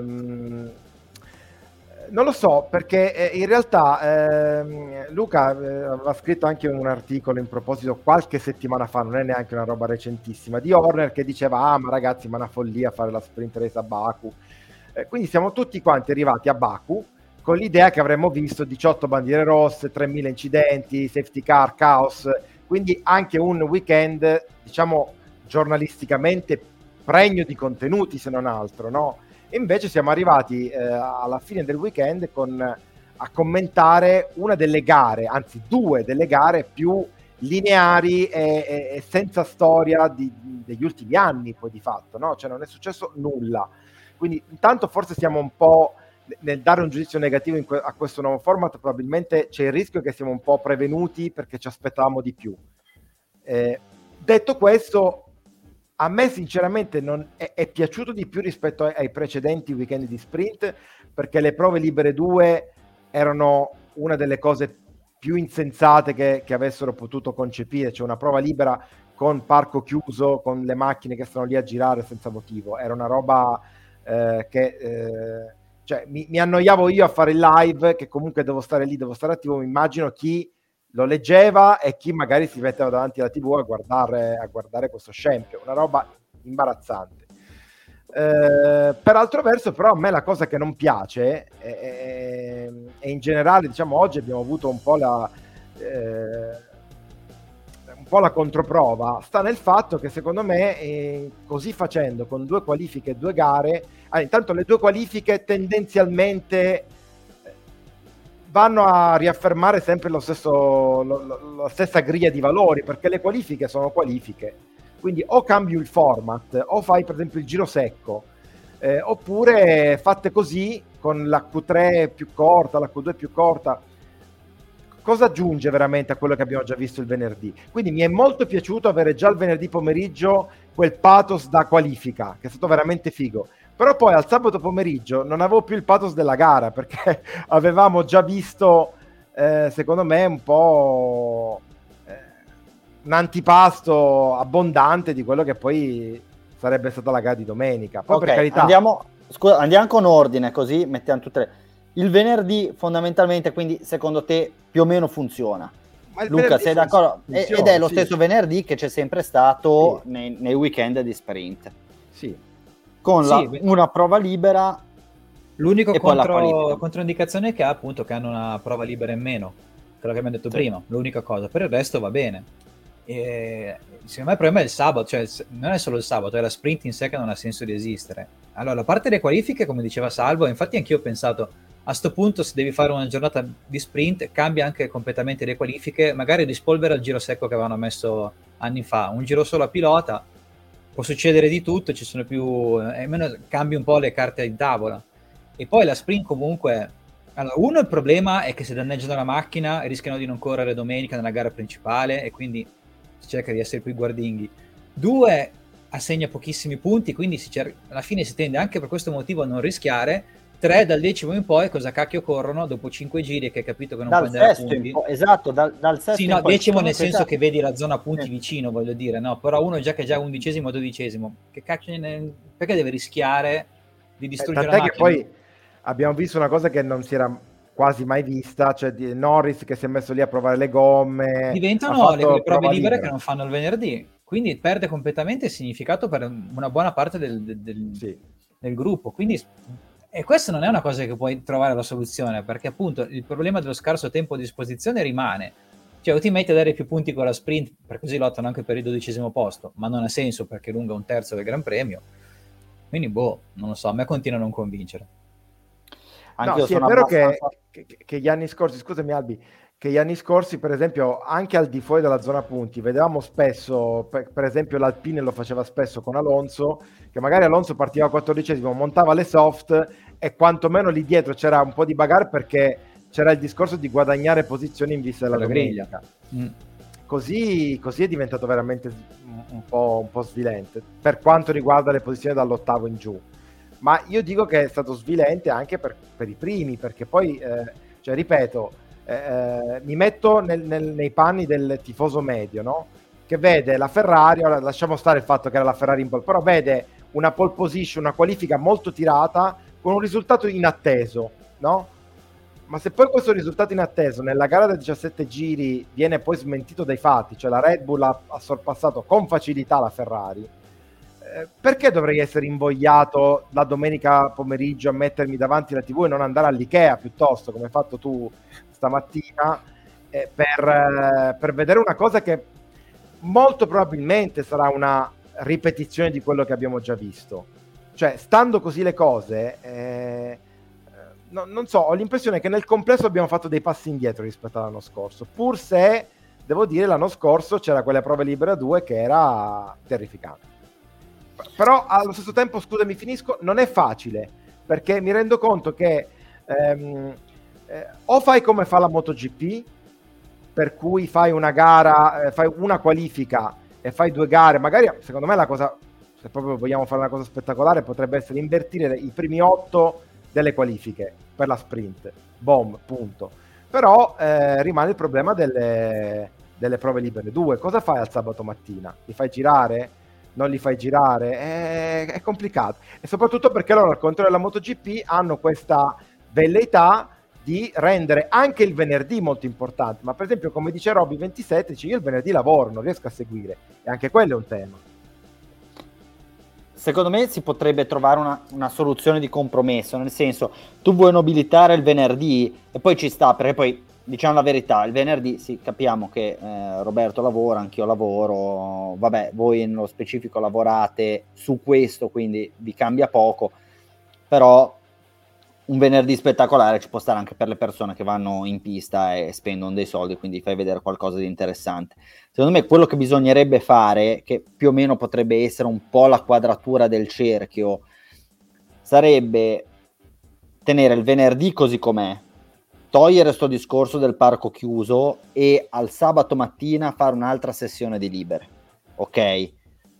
non lo so, perché in realtà Luca aveva scritto anche un articolo in proposito qualche settimana fa, non è neanche una roba recentissima, di Horner, che diceva ma ragazzi, ma è una follia fare la sprint race a Baku. Quindi siamo tutti quanti arrivati a Baku con l'idea che avremmo visto 18 bandiere rosse, 3.000 incidenti, safety car, caos, quindi anche un weekend, diciamo, giornalisticamente pregno di contenuti, se non altro, no? E invece siamo arrivati alla fine del weekend a commentare una delle gare, anzi 2 delle gare più lineari e senza storia degli ultimi anni, poi di fatto, no? Cioè non è successo nulla. Quindi intanto forse siamo un po' nel dare un giudizio negativo a questo nuovo format, probabilmente c'è il rischio che siamo un po' prevenuti perché ci aspettavamo di più. Detto questo, a me sinceramente è piaciuto di più rispetto ai precedenti weekend di sprint, perché le prove libere 2 erano una delle cose più insensate che avessero potuto concepire, cioè una prova libera con parco chiuso, con le macchine che stanno lì a girare senza motivo. Era una roba cioè mi annoiavo io a fare il live, che comunque devo stare lì, devo stare attivo. Mi immagino chi lo leggeva e chi magari si metteva davanti alla TV a guardare questo scempio, una roba imbarazzante. Per altro verso, però, a me la cosa che non piace e in generale, diciamo, oggi abbiamo avuto un po' la controprova, sta nel fatto che secondo me così facendo, con 2 qualifiche e 2 gare, intanto le 2 qualifiche tendenzialmente vanno a riaffermare sempre la stessa griglia di valori, perché le qualifiche sono qualifiche, quindi o cambi il format o fai per esempio il giro secco, oppure fatte così con la Q3 più corta, la Q2 più corta. Cosa aggiunge veramente a quello che abbiamo già visto il venerdì? Quindi mi è molto piaciuto avere già il venerdì pomeriggio quel pathos da qualifica, che è stato veramente figo. Però poi al sabato pomeriggio non avevo più il pathos della gara, perché avevamo già visto, secondo me, un po' un antipasto abbondante di quello che poi sarebbe stata la gara di domenica. Poi, per carità, andiamo con ordine, così mettiamo tutte le... Il venerdì fondamentalmente, quindi secondo te più o meno funziona? Luca, sei d'accordo? Ed è lo stesso venerdì che c'è sempre stato nei weekend di sprint. Sì. Con una prova libera. L'unico controindicazione che ha, appunto, che hanno una prova libera in meno, quello che abbiamo detto prima, l'unica cosa. Per il resto va bene. E secondo me il problema è il sabato, cioè non è solo il sabato, è la sprint in sé che non ha senso di esistere. Allora, la parte delle qualifiche, come diceva Salvo, infatti anch'io ho pensato, a sto punto, se devi fare una giornata di sprint, cambia anche completamente le qualifiche, magari rispolvera il giro secco che avevano messo anni fa, un giro solo a pilota, può succedere di tutto, ci sono più, almeno cambi un po' le carte in tavola. E poi la sprint comunque, allora, uno, il problema è che se danneggiano la macchina rischiano di non correre domenica nella gara principale e quindi si cerca di essere più guardinghi. 2, assegna pochissimi punti, quindi alla fine si tende anche per questo motivo a non rischiare. 3, dal decimo in poi cosa cacchio corrono dopo 5 giri che hai capito che non puoi andare a punti. Esatto, dal sesto sì, no, decimo nel senso che vedi la zona punti vicino, voglio dire, no, però uno già che è già 11esimo o 12esimo, che cacchio perché deve rischiare di distruggere la macchina? Che poi abbiamo visto una cosa che non si era quasi mai vista, cioè di Norris che si è messo lì a provare le gomme. Diventano le prove libere che non fanno il venerdì, quindi perde completamente il significato per una buona parte del gruppo, quindi... E questa non è una cosa che puoi trovare la soluzione, perché appunto il problema dello scarso tempo a disposizione rimane. Cioè, o ti metti a dare più punti con la sprint, per così lottano anche per il 12° posto, ma non ha senso perché lunga 1/3 del Gran Premio. Quindi, non lo so, a me continua a non convincere. No, sì, è vero che gli anni scorsi, scusami Albi, che gli anni scorsi, per esempio, anche al di fuori della zona punti, vedevamo spesso, per esempio l'Alpine lo faceva spesso con Alonso, che magari Alonso partiva 14esimo, montava le soft e quantomeno lì dietro c'era un po' di bagarre perché c'era il discorso di guadagnare posizioni in vista della griglia. Così è diventato veramente un po' svilente per quanto riguarda le posizioni dall'8º in giù. Ma io dico che è stato svilente anche per i primi, perché poi, cioè, ripeto, mi metto nei panni del tifoso medio, no? Che vede la Ferrari, ora lasciamo stare il fatto che era la Ferrari in pole, però vede una pole position, una qualifica molto tirata, con un risultato inatteso, no? Ma se poi questo risultato inatteso nella gara da 17 giri viene poi smentito dai fatti, cioè la Red Bull ha sorpassato con facilità la Ferrari, perché dovrei essere invogliato la domenica pomeriggio a mettermi davanti alla TV e non andare all'Ikea piuttosto, come hai fatto tu stamattina, per vedere una cosa che molto probabilmente sarà una ripetizione di quello che abbiamo già visto? Cioè, stando così le cose... non so, ho l'impressione che nel complesso abbiamo fatto dei passi indietro rispetto all'anno scorso, pur se, devo dire, l'anno scorso c'era quelle prove libere a 2 che era terrificante. Però allo stesso tempo, scusami, finisco, non è facile, perché mi rendo conto che o fai come fa la MotoGP, per cui fai una gara, fai una qualifica e fai 2 gare, magari secondo me la cosa, se proprio vogliamo fare una cosa spettacolare, potrebbe essere invertire i primi 8 delle qualifiche per la sprint, boom, punto. Però rimane il problema delle prove libere 2. Cosa fai al sabato mattina? Li fai girare? Non li fai girare? È complicato, e soprattutto perché loro, al contrario della MotoGP, hanno questa velleità di rendere anche il venerdì molto importante. Ma per esempio, come dice Robby 27, io il venerdì lavoro, non riesco a seguire, e anche quello è un tema. Secondo me si potrebbe trovare una soluzione di compromesso, nel senso, tu vuoi nobilitare il venerdì e poi ci sta, perché poi, diciamo la verità, il venerdì sì, capiamo che Roberto lavora, anch'io lavoro, vabbè, voi nello specifico lavorate su questo, quindi vi cambia poco, però un venerdì spettacolare ci può stare anche per le persone che vanno in pista e spendono dei soldi, quindi fai vedere qualcosa di interessante. Secondo me quello che bisognerebbe fare, che più o meno potrebbe essere un po' la quadratura del cerchio, sarebbe tenere il venerdì così com'è, togliere sto discorso del parco chiuso e al sabato mattina fare un'altra sessione di libere, ok?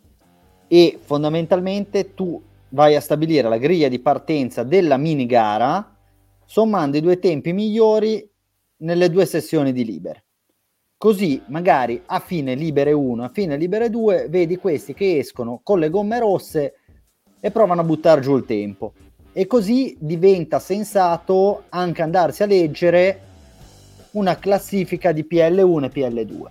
E fondamentalmente tu vai a stabilire la griglia di partenza della mini gara sommando i 2 tempi migliori nelle 2 sessioni di libere. Così magari a fine libere 1, a fine libere 2, vedi questi che escono con le gomme rosse e provano a buttare giù il tempo. E così diventa sensato anche andarsi a leggere una classifica di PL1 e PL2.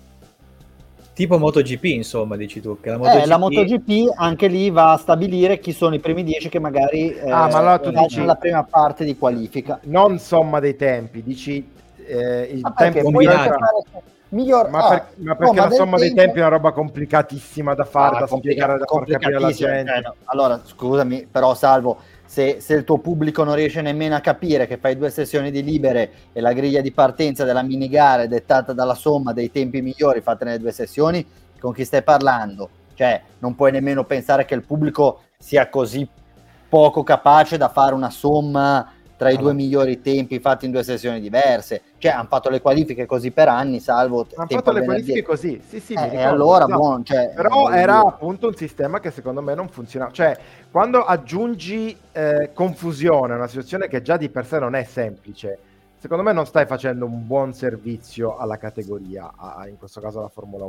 Tipo MotoGP, insomma, dici tu. Che la MotoGP anche lì va a stabilire chi sono i primi 10 che magari ma allora tu dici la prima parte di qualifica. Non somma dei tempi, dici il tempo combinato. Miglior, ma perché la somma dei tempi è una roba complicatissima da fare, da spiegare, da far capire alla gente. No. Allora, scusami, però Salvo, se il tuo pubblico non riesce nemmeno a capire che fai 2 sessioni di libere e la griglia di partenza della minigara è dettata dalla somma dei tempi migliori fatte nelle 2 sessioni, con chi stai parlando? Cioè, non puoi nemmeno pensare che il pubblico sia così poco capace da fare una somma tra i 2 migliori tempi fatti in 2 sessioni diverse. Cioè, hanno fatto le qualifiche così per anni, Salvo. Hanno fatto le qualifiche così, sì, mi ricordo. Allora, no. Però era appunto un sistema che secondo me non funzionava. Cioè, quando aggiungi confusione a una situazione che già di per sé non è semplice, secondo me non stai facendo un buon servizio alla categoria, in questo caso alla Formula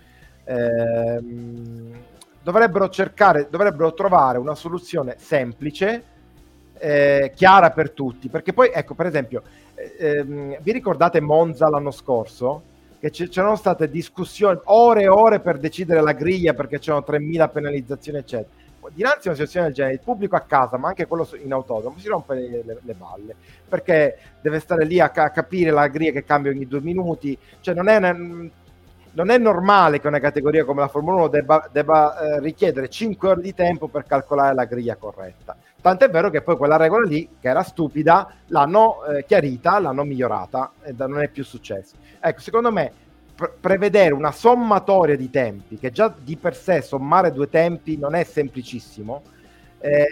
1. Dovrebbero trovare una soluzione semplice, chiara per tutti, perché poi, ecco, per esempio, vi ricordate Monza l'anno scorso? Che c'erano state discussioni, ore e ore per decidere la griglia, perché c'erano 3.000 penalizzazioni, eccetera. Dinanzi a una situazione del genere, il pubblico a casa, ma anche quello in autodromo, si rompe le balle, perché deve stare lì a capire la griglia che cambia ogni 2 minuti. Cioè, non è normale che una categoria come la Formula 1 debba richiedere 5 ore di tempo per calcolare la griglia corretta. Tant'è vero che poi quella regola lì, che era stupida, l'hanno chiarita, l'hanno migliorata e non è più successo. Ecco, secondo me prevedere una sommatoria di tempi, che già di per sé sommare 2 tempi non è semplicissimo,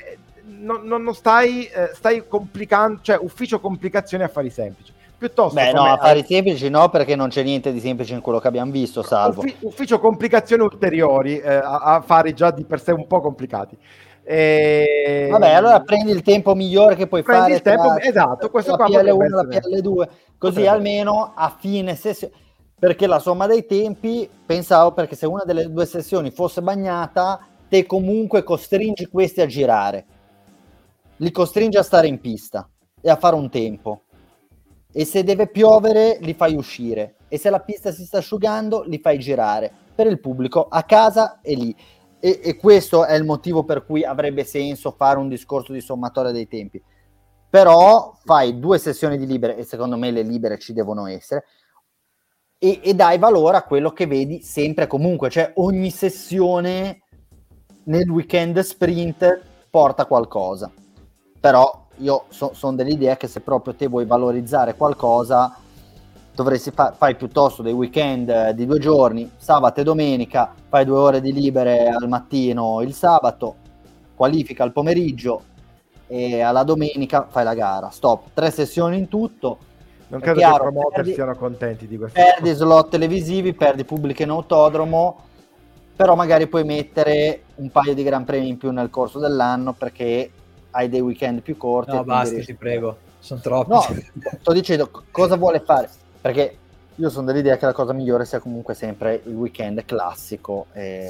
non stai complicando, cioè ufficio complicazioni affari semplici. Piuttosto affari semplici no, perché non c'è niente di semplice in quello che abbiamo visto, salvo ufficio complicazioni ulteriori, affari già di per sé un po' complicati. Vabbè, allora prendi il tempo migliore che puoi fare il tempo, esatto, questo la qua PL1 e la PL2, così almeno a fine sessione, perché la somma dei tempi, pensavo, perché se una delle due sessioni fosse bagnata, te comunque costringi questi a girare, li costringi a stare in pista e a fare un tempo, e se deve piovere li fai uscire, e se la pista si sta asciugando li fai girare per il pubblico a casa e lì. E questo è il motivo per cui avrebbe senso fare un discorso di sommatoria dei tempi. Però fai 2 sessioni di libere, e secondo me le libere ci devono essere, e dai valore a quello che vedi sempre comunque, cioè ogni sessione nel weekend sprint porta qualcosa. Però io sono dell'idea che se proprio te vuoi valorizzare qualcosa, dovresti fai piuttosto dei weekend di 2 giorni, sabato e domenica, fai 2 ore di libere al mattino il sabato, qualifica al pomeriggio e alla domenica fai la gara. Stop, 3 sessioni in tutto. Non credo che i promoter siano contenti di questo. Perdi slot televisivi, perdi pubblico in autodromo, però magari puoi mettere un paio di gran premi in più nel corso dell'anno perché hai dei weekend più corti. No, basta, ti prego, sono troppi. No, sto dicendo cosa vuole fare, perché io sono dell'idea che la cosa migliore sia comunque sempre il weekend classico.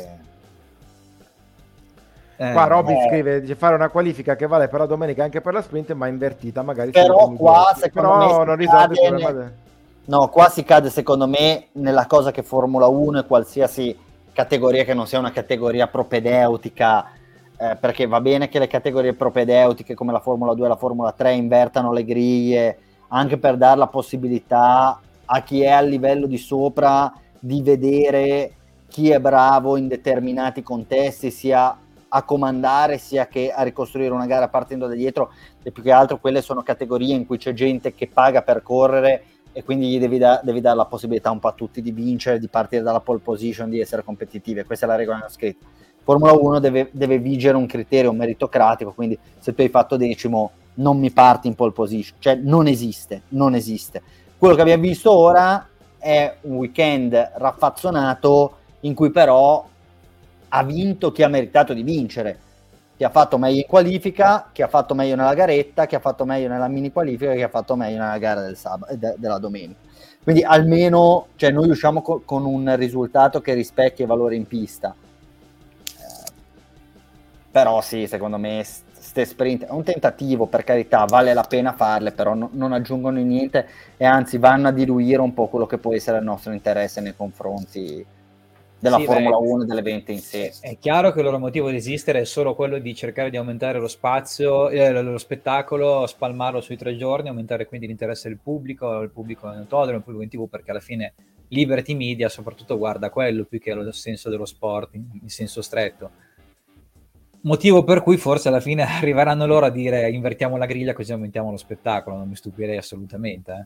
Qua Robby scrive, dice fare una qualifica che vale per la domenica anche per la sprint, ma invertita magari. Però qua secondo me non risolve il problema. No, qua si cade secondo me nella cosa che Formula 1 e qualsiasi categoria che non sia una categoria propedeutica, perché va bene che le categorie propedeutiche come la Formula 2 e la Formula 3 invertano le griglie anche per dare la possibilità a chi è al livello di sopra di vedere chi è bravo in determinati contesti, sia a comandare sia che a ricostruire una gara partendo da dietro, e più che altro quelle sono categorie in cui c'è gente che paga per correre e quindi gli devi dare la possibilità un po' a tutti di vincere, di partire dalla pole position, di essere competitivi. Questa è la regola scritta. Formula 1 deve vigere un criterio meritocratico, quindi se tu hai fatto 10° non mi parti in pole position, cioè non esiste. Quello che abbiamo visto ora è un weekend raffazzonato in cui però ha vinto chi ha meritato di vincere, chi ha fatto meglio in qualifica, chi ha fatto meglio nella garetta, chi ha fatto meglio nella mini qualifica, chi ha fatto meglio nella gara del sabato, della domenica. Quindi almeno, cioè, noi usciamo con un risultato che rispecchia i valori in pista. Però sì, secondo me ste sprint è un tentativo, per carità, vale la pena farle, però non aggiungono niente e anzi vanno a diluire un po' quello che può essere il nostro interesse nei confronti della Formula 1 e dell'evento in sé. È chiaro che il loro motivo di esistere è solo quello di cercare di aumentare lo spazio, lo spettacolo, spalmarlo sui 3 giorni, aumentare quindi l'interesse del pubblico, il pubblico in autodromo, il pubblico in TV, perché alla fine Liberty Media soprattutto guarda quello più che lo senso dello sport in senso stretto. Motivo per cui forse alla fine arriveranno loro a dire invertiamo la griglia così aumentiamo lo spettacolo. Non mi stupirei assolutamente.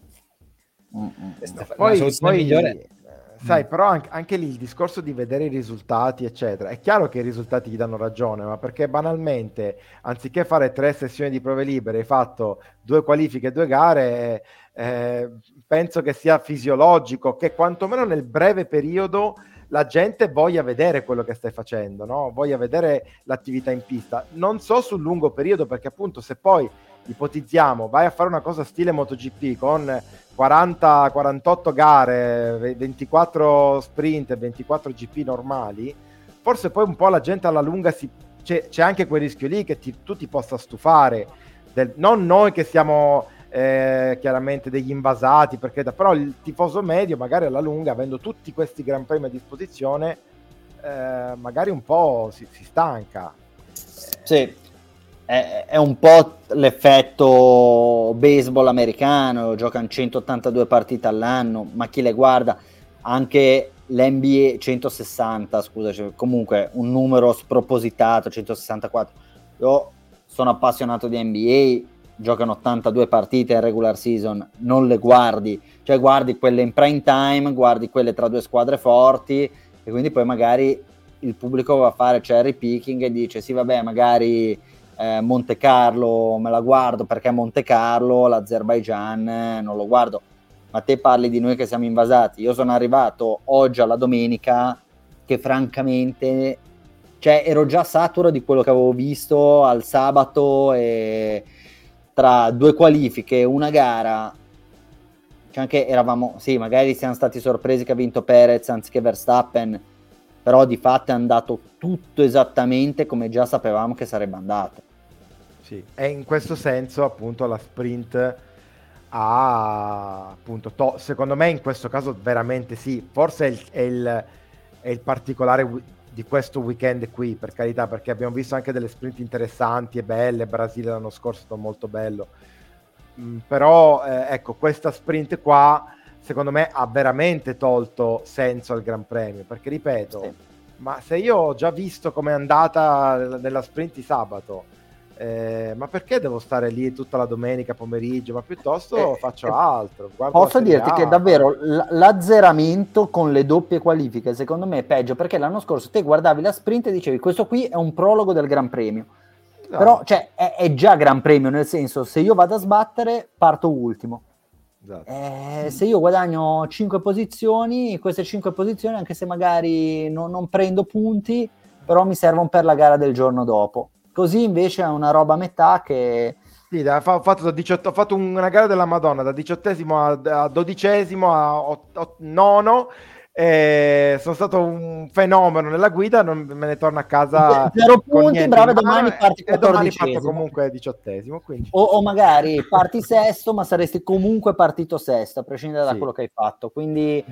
Poi migliore. Sai, però anche lì il discorso di vedere i risultati eccetera, è chiaro che i risultati gli danno ragione, ma perché banalmente anziché fare 3 sessioni di prove libere hai fatto 2 qualifiche e 2 gare, penso che sia fisiologico che quantomeno nel breve periodo la gente voglia vedere quello che stai facendo, no? Voglia vedere l'attività in pista. Non so sul lungo periodo, perché appunto se poi ipotizziamo vai a fare una cosa stile MotoGP con 40-48 gare, 24 sprint e 24 GP normali, forse poi un po' la gente alla lunga c'è anche quel rischio lì che tu ti possa stufare, non noi che siamo chiaramente degli invasati, perché però il tifoso medio magari alla lunga, avendo tutti questi gran premi a disposizione, magari un po' si stanca. Sì, è un po' l'effetto baseball americano, giocano 182 partite all'anno, ma chi le guarda, anche l'NBA 160, scusa, cioè, comunque un numero spropositato, 164. Io sono appassionato di NBA, giocano 82 partite in regular season, non le guardi, cioè guardi quelle in prime time, guardi quelle tra 2 squadre forti, e quindi poi magari il pubblico va a fare cherry picking e dice sì vabbè magari Monte Carlo me la guardo perché Monte Carlo, l'Azerbaigian non lo guardo. Ma te parli di noi che siamo invasati. Io sono arrivato oggi alla domenica che francamente, cioè, ero già saturo di quello che avevo visto al sabato, e tra due qualifiche, una gara, cioè anche eravamo, sì, magari siamo stati sorpresi che ha vinto Perez anziché Verstappen, però di fatto è andato tutto esattamente come già sapevamo che sarebbe andato. Sì, e in questo senso appunto la sprint ha appunto secondo me in questo caso veramente sì, forse è il particolare di questo weekend qui, per carità, perché abbiamo visto anche delle sprint interessanti e belle. Brasile l'anno scorso è stato molto bello, però ecco, questa sprint qua secondo me ha veramente tolto senso al Gran Premio, perché ripeto, Sì. ma se io ho già visto com'è andata nella sprint di sabato, ma perché devo stare lì tutta la domenica pomeriggio? Ma piuttosto faccio altro. Posso dirti che davvero l'azzeramento con le doppie qualifiche secondo me è peggio, perché l'anno scorso te guardavi la sprint e dicevi questo qui è un prologo del Gran Premio. No. Però cioè, è già Gran Premio, nel senso, se io vado a sbattere parto ultimo. Esatto. Se io guadagno 5 posizioni, queste 5 posizioni, anche se magari non prendo punti, però mi servono per la gara del giorno dopo. Così invece è una roba a metà che... Sì, ho fatto una gara della Madonna, da 18esimo a 12esimo a nono, sono stato un fenomeno nella guida, non me ne torno a casa 0 punti, bravo, domani parti 14esimo. Domani parto comunque 18esimo. Quindi. O magari parti sesto, ma saresti comunque partito sesto, a prescindere da quello che hai fatto, quindi...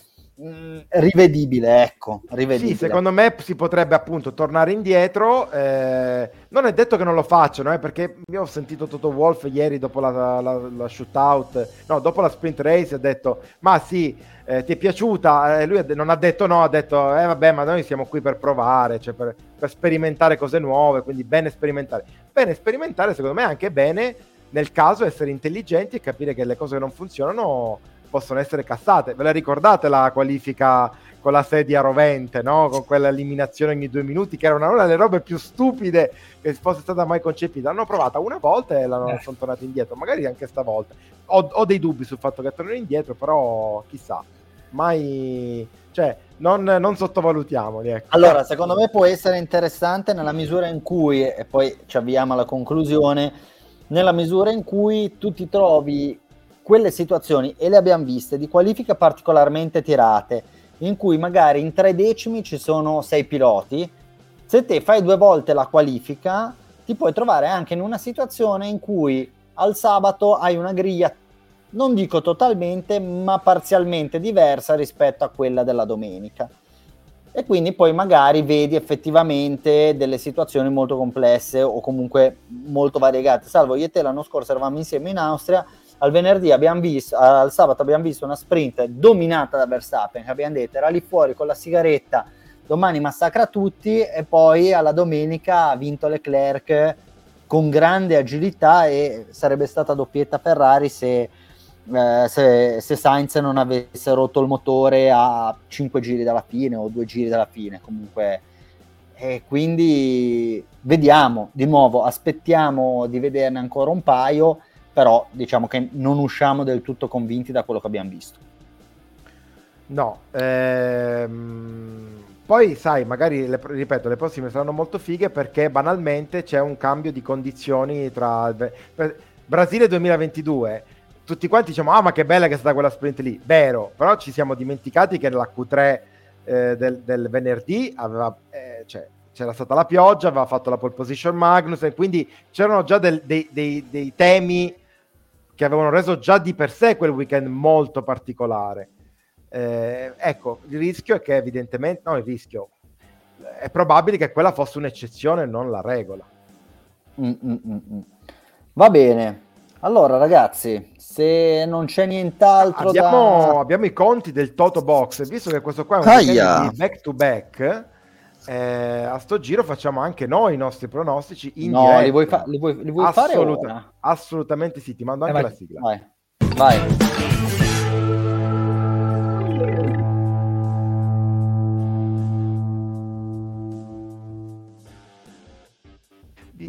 rivedibile, ecco, rivedibile. Sì, secondo me si potrebbe appunto tornare indietro, non è detto che non lo facciano, perché io ho sentito Toto Wolff ieri dopo la shootout, no, dopo la sprint race, ha detto ma sì, ti è piaciuta? Lui non ha detto no, ha detto vabbè, ma noi siamo qui per provare, cioè per sperimentare cose nuove, quindi bene sperimentare, secondo me è anche bene nel caso essere intelligenti e capire che le cose che non funzionano possono essere cassate. Ve la ricordate la qualifica con la sedia rovente, no? Con quella eliminazione ogni 2 minuti, che era una delle robe più stupide che fosse stata mai concepita. L'hanno provata una volta e sono tornati indietro, magari anche stavolta. Ho dei dubbi sul fatto che tornino indietro, però chissà, mai, cioè non sottovalutiamoli, ecco. Allora, secondo me può essere interessante nella misura in cui, e poi ci avviamo alla conclusione, nella misura in cui tu ti trovi quelle situazioni, e le abbiamo viste, di qualifica particolarmente tirate, in cui magari in 3 decimi ci sono 6 piloti. Se te fai 2 volte la qualifica, ti puoi trovare anche in una situazione in cui al sabato hai una griglia, non dico totalmente, ma parzialmente diversa rispetto a quella della domenica. E quindi poi magari vedi effettivamente delle situazioni molto complesse o comunque molto variegate. Salvo io e te l'anno scorso eravamo insieme in Austria, al venerdì al sabato abbiamo visto una sprint dominata da Verstappen, che abbiamo detto era lì fuori con la sigaretta, domani massacra tutti, e poi alla domenica ha vinto Leclerc con grande agilità, e sarebbe stata doppietta Ferrari se Sainz non avesse rotto il motore a 5 giri dalla fine o 2 giri dalla fine comunque. E quindi vediamo, di nuovo aspettiamo di vederne ancora un paio, però diciamo che non usciamo del tutto convinti da quello che abbiamo visto. No, poi sai, magari ripeto, le prossime saranno molto fighe perché banalmente c'è un cambio di condizioni tra Brasile 2022. Tutti quanti diciamo ma che bella che è stata quella sprint lì, vero, però ci siamo dimenticati che nella Q3 del venerdì c'era stata la pioggia, aveva fatto la pole position Magnussen, quindi c'erano già dei temi che avevano reso già di per sé quel weekend molto particolare. Ecco, il rischio è che evidentemente, no, il rischio è probabile che quella fosse un'eccezione e non la regola. Va bene, allora ragazzi, se non c'è nient'altro abbiamo i conti del Toto Box, visto che questo qua è un weekend di back to back, a sto giro facciamo anche noi i nostri pronostici in diretta. Li vuoi fare ora? Assolutamente sì, ti mando anche la sigla. Vai.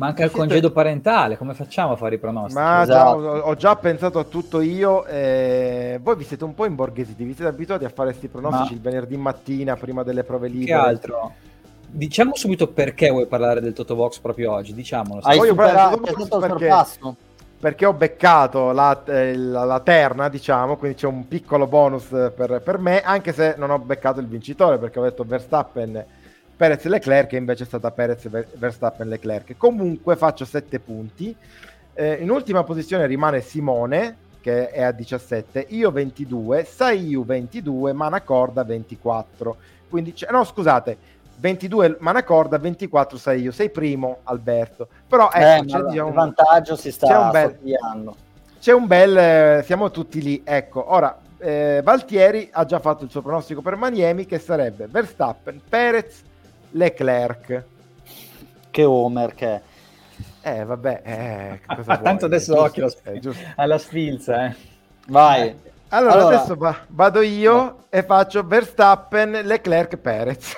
Manca il congedo parentale, come facciamo a fare i pronostici? Ma Esatto. ho già pensato a tutto io. Voi vi siete un po' imborghesiti, vi siete abituati a fare questi pronostici il venerdì mattina prima delle prove libere. Che altro? Diciamo subito perché vuoi parlare del Totobox proprio oggi, diciamolo. Hai Voglio superato parlare del il Totobox sorpasso. perché ho beccato la terna, diciamo, quindi c'è un piccolo bonus per me, anche se non ho beccato il vincitore, perché ho detto Verstappen, Perez e Leclerc, e invece è stata Perez, Verstappen, Leclerc. Comunque faccio 7 punti. In ultima posizione rimane Simone, che è a 17, io 22, Saiu 22, Manacorda 24. Quindi, no, scusate, 22 Manacorda, 24 Saiu, sei primo Alberto. Però ecco, il vantaggio si sta sottigliando. C'è un bel siamo tutti lì, ecco. Ora Valtieri ha già fatto il suo pronostico per Miami, che sarebbe Verstappen, Perez, Leclerc. Che Homer che è. Vabbè, cosa vuoi? Tanto adesso occhio alla sfilza, Vai. Allora adesso vado io e faccio Verstappen, Leclerc, Perez.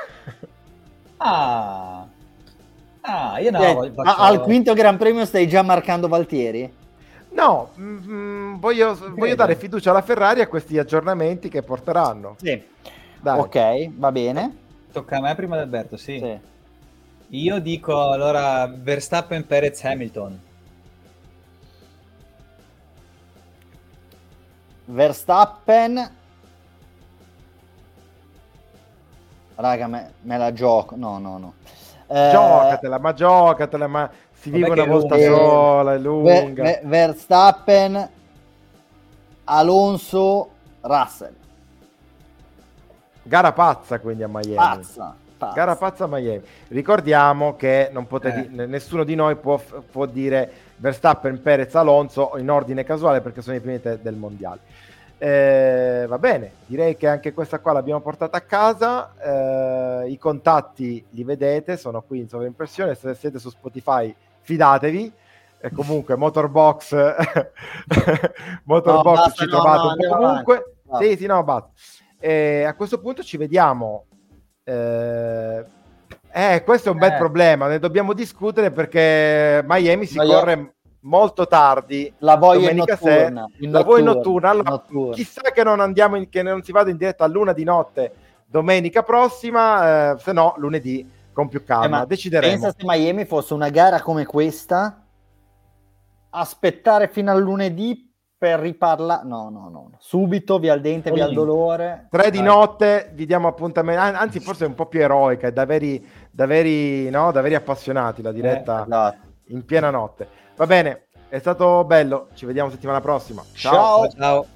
Io no. Al quinto Gran Premio stai già marcando Valtieri? No, voglio dare fiducia alla Ferrari a questi aggiornamenti che porteranno. Sì. Dai. Ok, va bene. Tocca a me prima di Alberto, sì. Io dico allora Verstappen, Perez, Hamilton. Verstappen. Raga, me la gioco. No. Giocatela, ma si vive una volta sola, è lunga. Verstappen, Alonso, Russell. Gara pazza quindi a Miami. Pazza. Gara pazza a Miami. Ricordiamo che non nessuno di noi può dire Verstappen, Perez, Alonso in ordine casuale, perché sono i primi del mondiale. Va bene, direi che anche questa qua l'abbiamo portata a casa. I contatti li vedete, sono qui in sovraimpressione. Se siete su Spotify, fidatevi. E comunque Motorbox ci trovate comunque. Sì, no, basta. A questo punto ci vediamo. Questo è un bel problema, ne dobbiamo discutere, perché Miami si corre molto tardi, la voglio notturna. Allora, chissà che non si vada in diretta a luna di notte domenica prossima, se no lunedì con più calma decideremo. Pensa se Miami fosse una gara come questa, aspettare fino al lunedì per riparlare. No. Subito, via il dente, via il dolore. 3 di notte vi diamo appuntamento, anzi forse è un po' più eroica, è da veri appassionati la diretta in piena notte. Va bene, è stato bello, ci vediamo settimana prossima. Ciao.